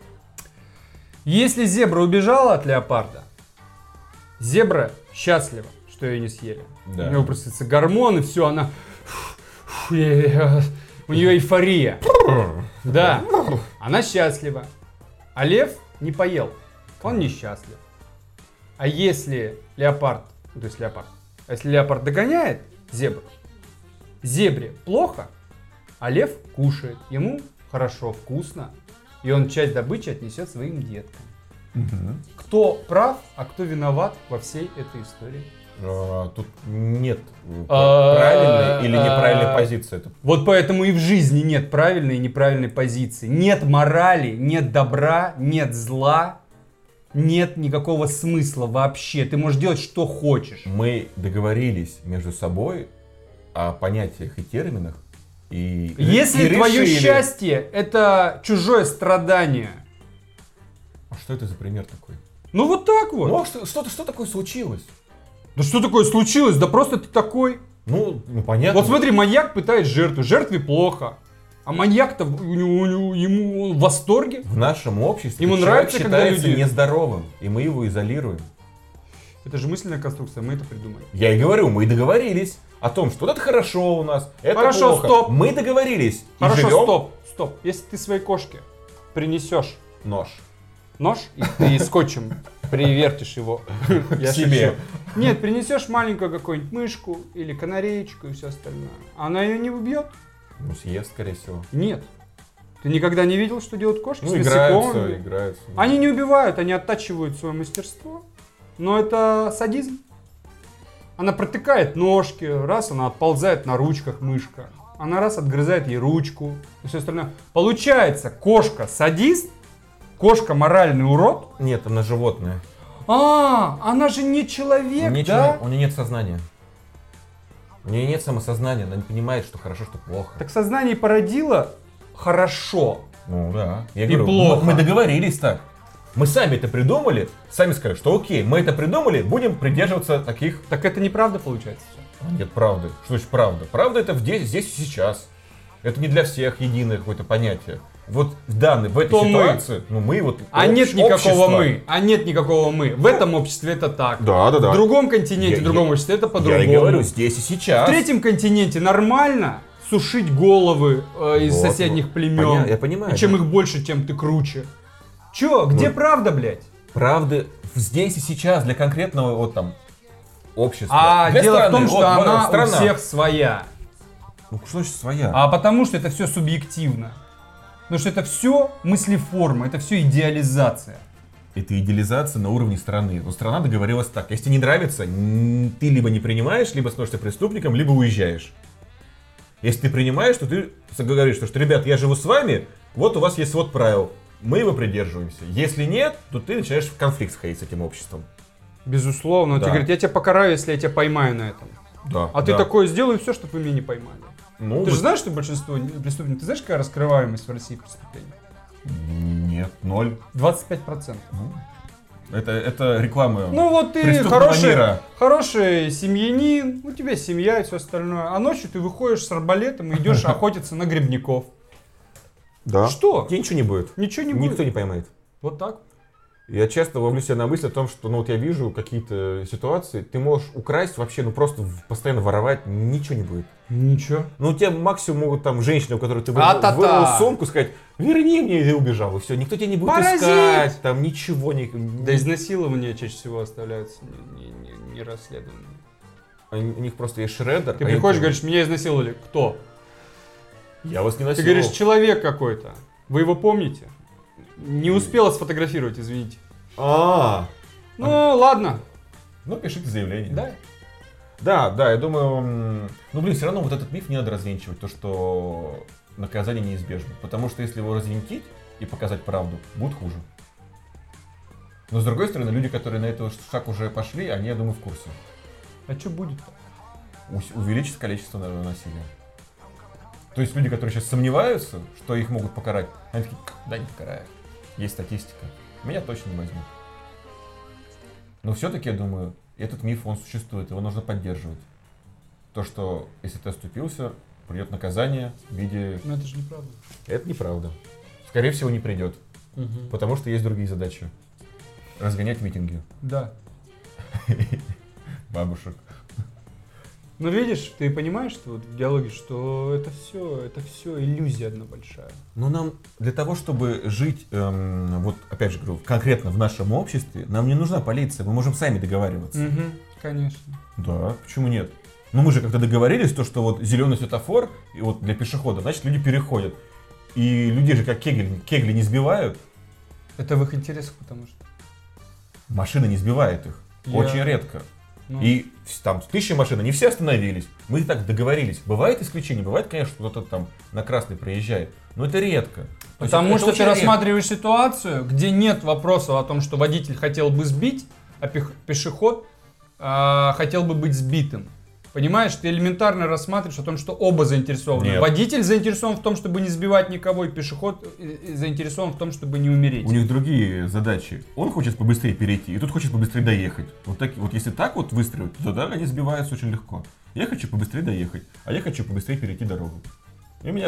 Если зебра убежала от леопарда, зебра счастлива, что ее не съели. Да. У нее просто гормоны, все, она... У нее эйфория. Да, она счастлива. А лев не поел, он несчастлив. А если леопард, ну, то есть леопард, а если леопард догоняет зебру, зебре плохо, а лев кушает, ему хорошо, вкусно, и он часть добычи отнесет своим деткам. Мгм. Кто прав, а кто виноват во всей этой истории? А, Тут нет э, А, правильной или а, неправильной позиции. Это Вот поэтому и в жизни нет правильной и неправильной позиции. Нет морали, нет добра, нет зла, нет никакого смысла вообще. Ты можешь делать, что хочешь. Мы договорились между собой о понятиях и терминах. И, Если и твое решили- счастье — это чужое страдание, А что это за пример такой? ну вот так вот. Ну, а что, что, что такое случилось? Да что такое случилось? Да просто ты такой. Ну, ну понятно. Вот смотри, маньяк пытает жертву, жертве плохо. А маньяк-то у него, у него- ему он в восторге. В нашем обществе Ему человек нравится, когда считается люди- нездоровым, и мы его изолируем. Это же мысленная конструкция, мы это придумали. Я и говорю, мы договорились о том, что вот это хорошо у нас, это Хорошо, плохо. стоп. Мы договорились. И Хорошо, живем. стоп, стоп. Если ты своей кошке принесешь Нож. нож, и ты скотчем привертишь его я себе. шучу. Нет, принесешь маленькую какую-нибудь мышку или канареечку и все остальное. Она ее не убьет? Ну, съест, скорее всего. Нет. Ты никогда не видел, что делают кошки Ну, с играются, насекомыми? играются. Они не убивают, они оттачивают свое мастерство. Но это садизм. Она протыкает ножки, раз она отползает на ручках мышка. Она раз отгрызает ей ручку и все остальное. Получается, кошка садист, кошка моральный урод. Нет, она животное. А, она же не человек, Не да? человек, у нее нет сознания. У нее нет самосознания, она не понимает, что хорошо, что плохо. Так сознание породило хорошо. Ну да. Я И говорю, плохо. Мы, мы договорились так. Мы сами это придумали, сами сказали, что окей, мы это придумали, будем придерживаться таких... Так это неправда получается. Нет правды. Что значит правда? Правда это здесь, здесь и сейчас. Это не для всех единое какое-то понятие. Вот в данной, в этой То мы. ситуации, ну мы вот... А общ- нет никакого общество. мы. А нет никакого мы. В этом обществе это так. Да, да, да. В другом континенте, Я- в другом я- обществе это Я по-другому. и говорю, здесь и сейчас. В третьем континенте нормально сушить головы э, из Вот, соседних вот. племен. Поня- я понимаю, И чем да. их больше, тем ты круче. Чё, где Ну, правда, блядь? Правды здесь и сейчас для конкретного вот там общества. А Для дело страны. в том, что Вот, она страна. у всех своя. Ну что значит своя? А потому что это все субъективно. Потому что это все мыслеформа, это все идеализация. Это идеализация на уровне страны. Вот страна договорилась так. Если тебе не нравится, н- ты либо не принимаешь, либо становишься преступником, либо уезжаешь. Если ты принимаешь, то ты говоришь, что, что ребят, я живу с вами, вот у вас есть свод правил. Мы его придерживаемся. Если нет, то ты начинаешь в конфликт сходить с этим обществом. Безусловно. Он Да. тебе говорит, я тебя покараю, если я тебя поймаю на этом. Да. А ты да. такой, сделай все, чтобы вы меня не поймали. Ну, Ты вот- же знаешь, что большинство преступников... Ты знаешь, какая раскрываемость в России преступлений? Нет, ноль. двадцать пять процентов. Это, это реклама Ну вот ты преступного хороший, мира. хороший семьянин, у тебя семья и все остальное. А ночью ты выходишь с арбалетом и идешь охотиться на грибников. Да. Что? Тебе ничего не будет. Ничего не будет. Никто не поймает. Вот так. Я часто ловлю себя на мысли о том, что ну вот я вижу какие-то ситуации, ты можешь украсть вообще, ну просто в- постоянно воровать, ничего не будет. Ничего. Ну у тебя максимум могут там женщины, у которой ты А-та-та. вырвал, вырвал сумку, сказать, верни мне, и ты убежал, и все. Никто тебя не будет Паразит! искать, там ничего не... Да изнасилования чаще всего оставляются не, не, не, не расследованными. Они- У них просто есть шредер. Ты а приходишь, это- говоришь, меня изнасиловали. Кто? Я вас не Ты насиловал. говоришь, человек какой-то. Вы его помните? Не успела сфотографировать, извините. А, Ну, ладно. ну пишите заявление. Да. Да, да, я думаю, м, ну блин, все равно вот этот миф не надо развенчивать, то что наказание неизбежно. Потому что если его развинтить и показать правду, будет хуже. Но с другой стороны, люди, которые на этот шаг уже пошли, они, я думаю, в курсе. А что будет-то? Ус- Увеличится количество на- насилия. То есть люди, которые сейчас сомневаются, что их могут покарать, они такие, да не покарают. Есть статистика. Меня точно не возьмут. Но все-таки, я думаю, этот миф, он существует, его нужно поддерживать. То, что если ты оступился, придет наказание в виде... Ну это же неправда. Это неправда. Скорее всего, не придет. Потому что есть другие задачи. Разгонять митинги Да. бабушек. Ну видишь, ты понимаешь, что вот в диалоге, что это все, это все иллюзия одна большая. Но нам для того, чтобы жить, эм, вот опять же говорю, конкретно в нашем обществе, нам не нужна полиция, мы можем сами договариваться. Угу, конечно. Да, почему нет? Ну мы же как-то договорились, то, что вот зеленый светофор и вот для пешехода, значит люди переходят. И людей же как кегли, кегли не сбивают, Это в их интересах, потому что. машина не сбивает их. Я- Очень редко. Ну, И там тысячи машин, они все остановились. Мы и так договорились. Бывает исключение, бывает, конечно, кто-то там на красный проезжает. Но это редко. То есть Потому это- что это ты очень редко. рассматриваешь ситуацию, где нет вопроса о том, что водитель хотел бы сбить, а пех- пешеход а, хотел бы быть сбитым. Понимаешь, ты элементарно рассматриваешь о том, что оба заинтересованы. Нет. Водитель заинтересован в том, чтобы не сбивать никого, и пешеход э, э, заинтересован в том, чтобы не умереть. У них другие задачи. Он хочет побыстрее перейти, и тут хочет побыстрее доехать. Вот, так, вот если так вот выстроить, то тогда они сбиваются очень легко. Я хочу побыстрее доехать, а я хочу побыстрее перейти дорогу. И у меня фу,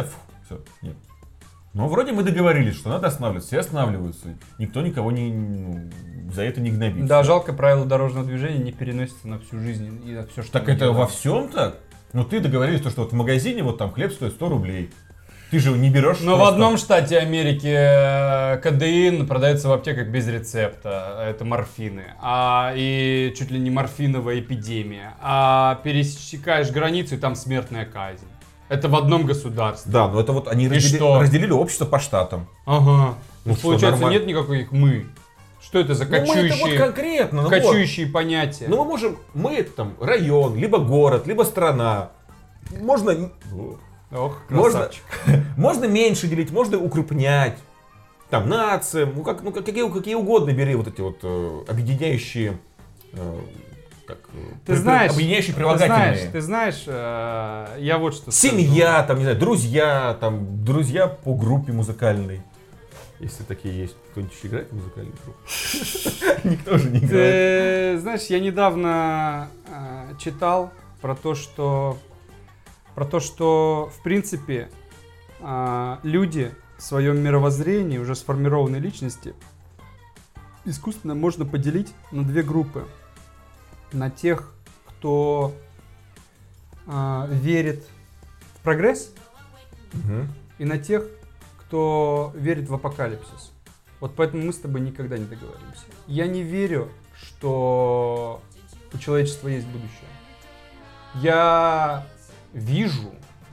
Все, нет. Но вроде мы договорились, что надо останавливаться, все останавливаются. Никто никого не, ну, за это не гнобит. Да, жалко, правила дорожного движения не переносятся на всю жизнь и на все, что Так это делаем. Во всем так? Ну ты договорились, что вот в магазине вот там хлеб стоит сто рублей. Ты же не берешь. Но просто... в одном штате Америки кодеин продается в аптеках без рецепта. Это морфины. А, и чуть ли не морфиновая эпидемия. А пересекаешь границу, и там смертная казнь. Это в одном государстве. Да, но это вот они раздели... разделили общество по штатам. Ага. Ну, что, получается, нормально? Нет никаких мы. Что это за кочующие, ну, мы это вот конкретно, ну, кочующие вот. понятия? Ну мы можем, мы это там район, либо город, либо страна. Можно... Ох, можно, можно меньше делить, можно укрупнять. Там нации, ну, как, ну какие, какие угодно бери вот эти вот э, объединяющие... Э, как, ты при, знаешь, объединяющие прилагательные. Ты знаешь, ты знаешь э, я вот что Семья, скажу. там, не знаю, друзья, там, друзья по группе музыкальной. Если такие есть, кто-нибудь еще играет в музыкальную группу? Никто же не играет. Ты знаешь, я недавно э, читал про то, что про то, что в принципе э, люди в своем мировоззрении, уже сформированной личности, искусственно можно поделить на две группы. На тех, кто э, верит в прогресс, угу. и на тех, кто верит в апокалипсис. Вот поэтому мы с тобой никогда не договоримся. Я не верю, что у человечества есть будущее. Я вижу,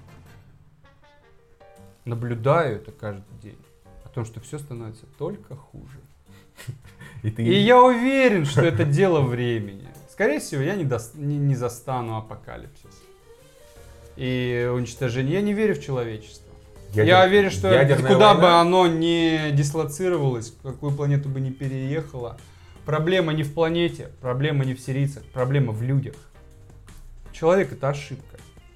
наблюдаю это каждый день, о том, что все становится только хуже. И, ты... и я уверен, что это дело времени. Скорее всего, я не, до... не, не застану апокалипсис и уничтожение. Я не верю в человечество. Ядер... Я верю, что куда война... бы оно ни дислоцировалось, какую планету бы ни переехало, проблема не в планете, проблема не в сирийцах, проблема в людях. Человек — это ошибка.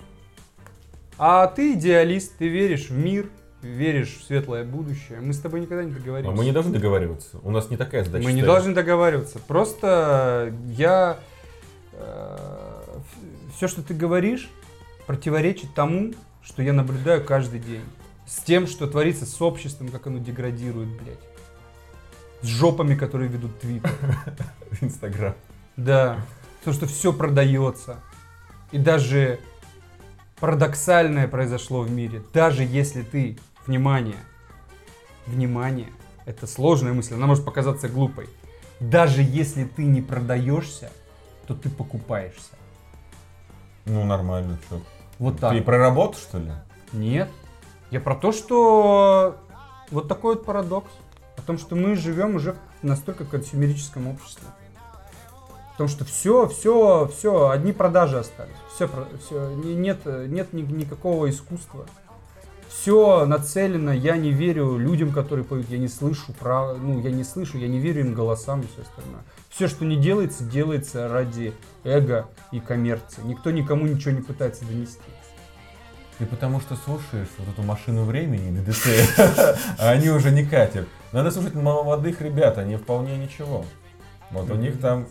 А ты идеалист, ты веришь в мир, веришь в светлое будущее. Мы с тобой никогда не договоримся. А мы не должны договариваться. У нас не такая задача. Мы стоит. не должны договариваться. Просто я... Э, все, что ты говоришь, противоречит тому, что я наблюдаю каждый день. С тем, что творится с обществом, как оно деградирует, блядь. С жопами, которые ведут Твиттер. Инстаграм. Да. То, что все продается. И даже парадоксальное произошло в мире. Даже если ты, внимание, внимание, это сложная мысль, она может показаться глупой. Даже если ты не продаешься, то ты покупаешься. Ну, нормально, что. Вот так. Ты про работу, что ли? Нет. Я про то, что вот такой вот парадокс. О том, что мы живем уже в настолько консюмерическом обществе. О том, что все, все, все, одни продажи остались. Все, все, нет, нет никакого искусства. Все нацелено, я не верю людям, которые поют, я не слышу, прав... ну, я не слышу, я не верю им голосам и все остальное. Все, что не делается, делается ради эго и коммерции. Никто никому ничего не пытается донести. Ты потому что слушаешь вот эту машину времени, ДДТ, а они уже не катят. Надо слушать молодых ребят, они вполне ничего. Вот у них там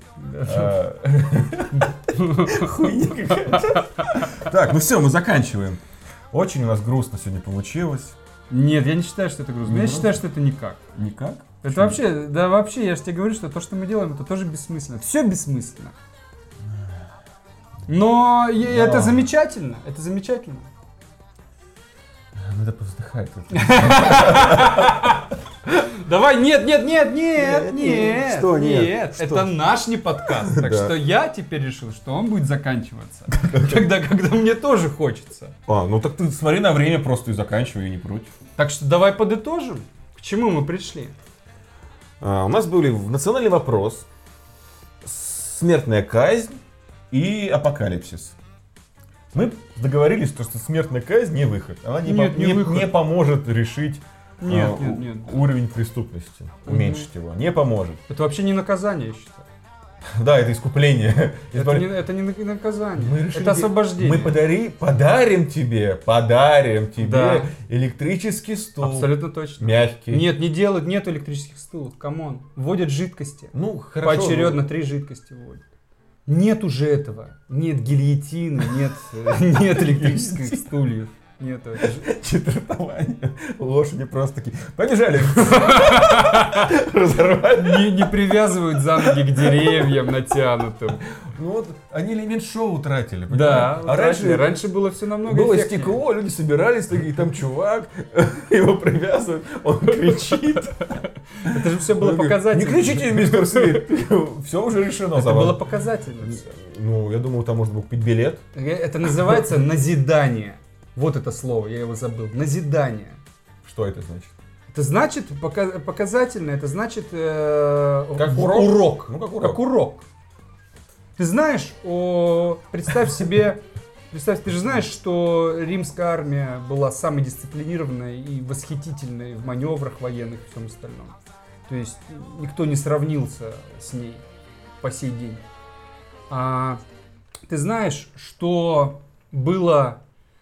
хуйня какая-то. Так, ну все, мы заканчиваем. Очень у нас грустно сегодня получилось. Нет, я не считаю, что это грустно. Я считаю, что это никак. Никак? Это вообще, да вообще, я же тебе говорю, что то, что мы делаем, это тоже бессмысленно. Все бессмысленно. Но это замечательно, это замечательно. Надо повздыхать. Давай, нет, нет, нет, нет, нет, что нет? Нет, это наш не подкаст, так что я теперь решил, что он будет заканчиваться, когда, когда мне тоже хочется. А, ну так ты смотри на время просто и заканчивай, я не против. Так что давай подытожим, к чему мы пришли. А, у нас были национальный вопрос, смертная казнь и апокалипсис. Мы договорились, что смертная казнь не выход. Она не, нет, по- не, не, выход. не поможет решить нет, а, нет, нет, уровень преступности, угу. уменьшить его. Не поможет. Это вообще не наказание, я считаю. Да, это искупление. Это не, это не наказание, мы решили, это освобождение. Мы подари, подарим тебе, подарим тебе да. электрический стул. Абсолютно точно. Мягкий. Нет, не делают, нет электрических стулов, камон. Вводят жидкости. Ну, хорошо. Поочередно три жидкости вводят. Нет уже этого. Нет гильотины, нет, нет электрических стульев. Нет, это же... Четвертование. Лошади просто такие, побежали. Разорвать. Не, не привязывают за ноги к деревьям натянутым. Ну вот, они элемент шоу утратили. Да, а раньше, раньше было все намного было эффектнее. стекло, люди собирались, такие, там чувак, его привязывают, он кричит. Это же все было показательно. Не кричите, мистер Смит, все уже решено. Это было показательно. Ну, я думаю, там можно было купить билет. Это называется назидание. Вот это слово, я его забыл. Назидание. Что это значит? Это значит пока- показательно, это значит э, Как в- урок? урок. Ну, как урок. Как урок. Ты знаешь, о, представь себе, представь, ты же знаешь, что римская армия была самой дисциплинированной и восхитительной в маневрах военных и всем остальном. То есть никто не сравнился с ней по сей день. А, ты знаешь, что было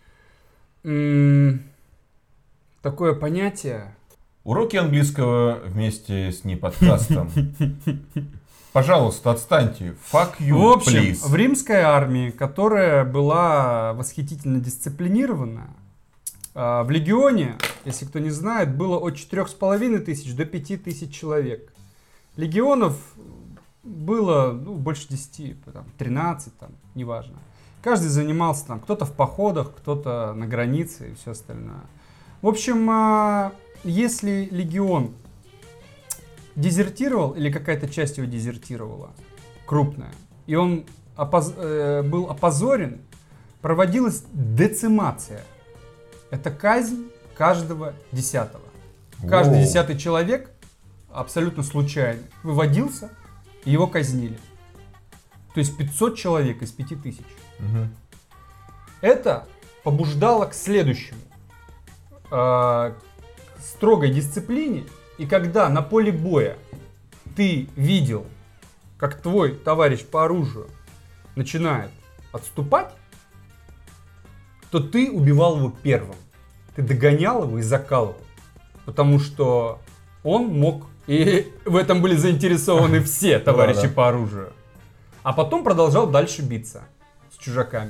м- такое понятие. Уроки английского вместе с неподкастом. Пожалуйста, отстаньте. Fuck you, В общем, please. в римской армии, которая была восхитительно дисциплинирована, в легионе, если кто не знает, было от четырёх с половиной тысяч до пяти тысяч человек. Легионов было ну, больше десяти, там, тринадцать, там, неважно. Каждый занимался там, кто-то в походах, кто-то на границе и все остальное. В общем, если легион дезертировал, или какая-то часть его дезертировала, крупная, и он опоз- э, был опозорен, проводилась децимация. Это казнь каждого десятого. Каждый Воу. десятый человек, абсолютно случайно, выводился, и его казнили. То есть пятьсот человек из пяти тысяч. Угу. Это побуждало к следующему. Э, к строгой дисциплине. И когда на поле боя ты видел, как твой товарищ по оружию начинает отступать, то ты убивал его первым. Ты догонял его и закалывал. Потому что он мог... И в этом были заинтересованы все товарищи по оружию. А потом продолжал дальше биться с чужаками.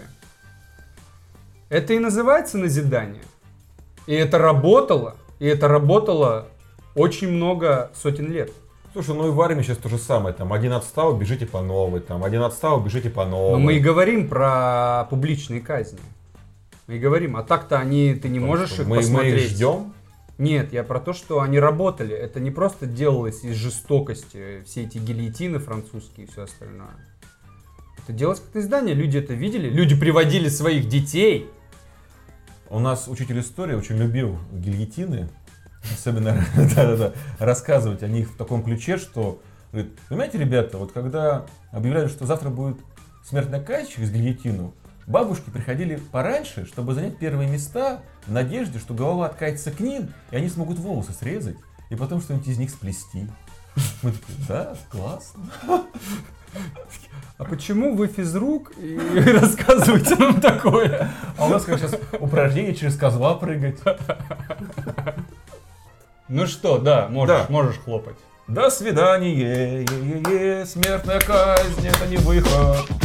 Это и называется назидание. И это работало. И это работало очень много сотен лет. Слушай, ну и в армии сейчас то же самое. Там один отстал, бежите по новой. Там один отстал, бежите по новой. Но мы и говорим про публичные казни. Мы и говорим. А так-то они, ты не Потому можешь что их мы, посмотреть. Мы их ждем. Нет, я про то, что они работали. Это не просто делалось из жестокости. Все эти гильотины французские и все остальное. Это делалось как издание. Люди это видели. Люди приводили своих детей. У нас учитель истории очень любил гильотины. Особенно да-да-да, рассказывать о них в таком ключе, что, говорит, понимаете, ребята, вот когда объявляли, что завтра будет смертная казнь через гильотину, бабушки приходили пораньше, чтобы занять первые места в надежде, что голова откатится к ним, и они смогут волосы срезать, и потом что-нибудь из них сплести. Мы такие, да, классно. А почему вы физрук и рассказываете нам такое? А у нас как сейчас упражнение через козла прыгать. Ну что, да, можешь, Да. можешь хлопать. До свидания, е-е-е, смертная казнь, это не выход.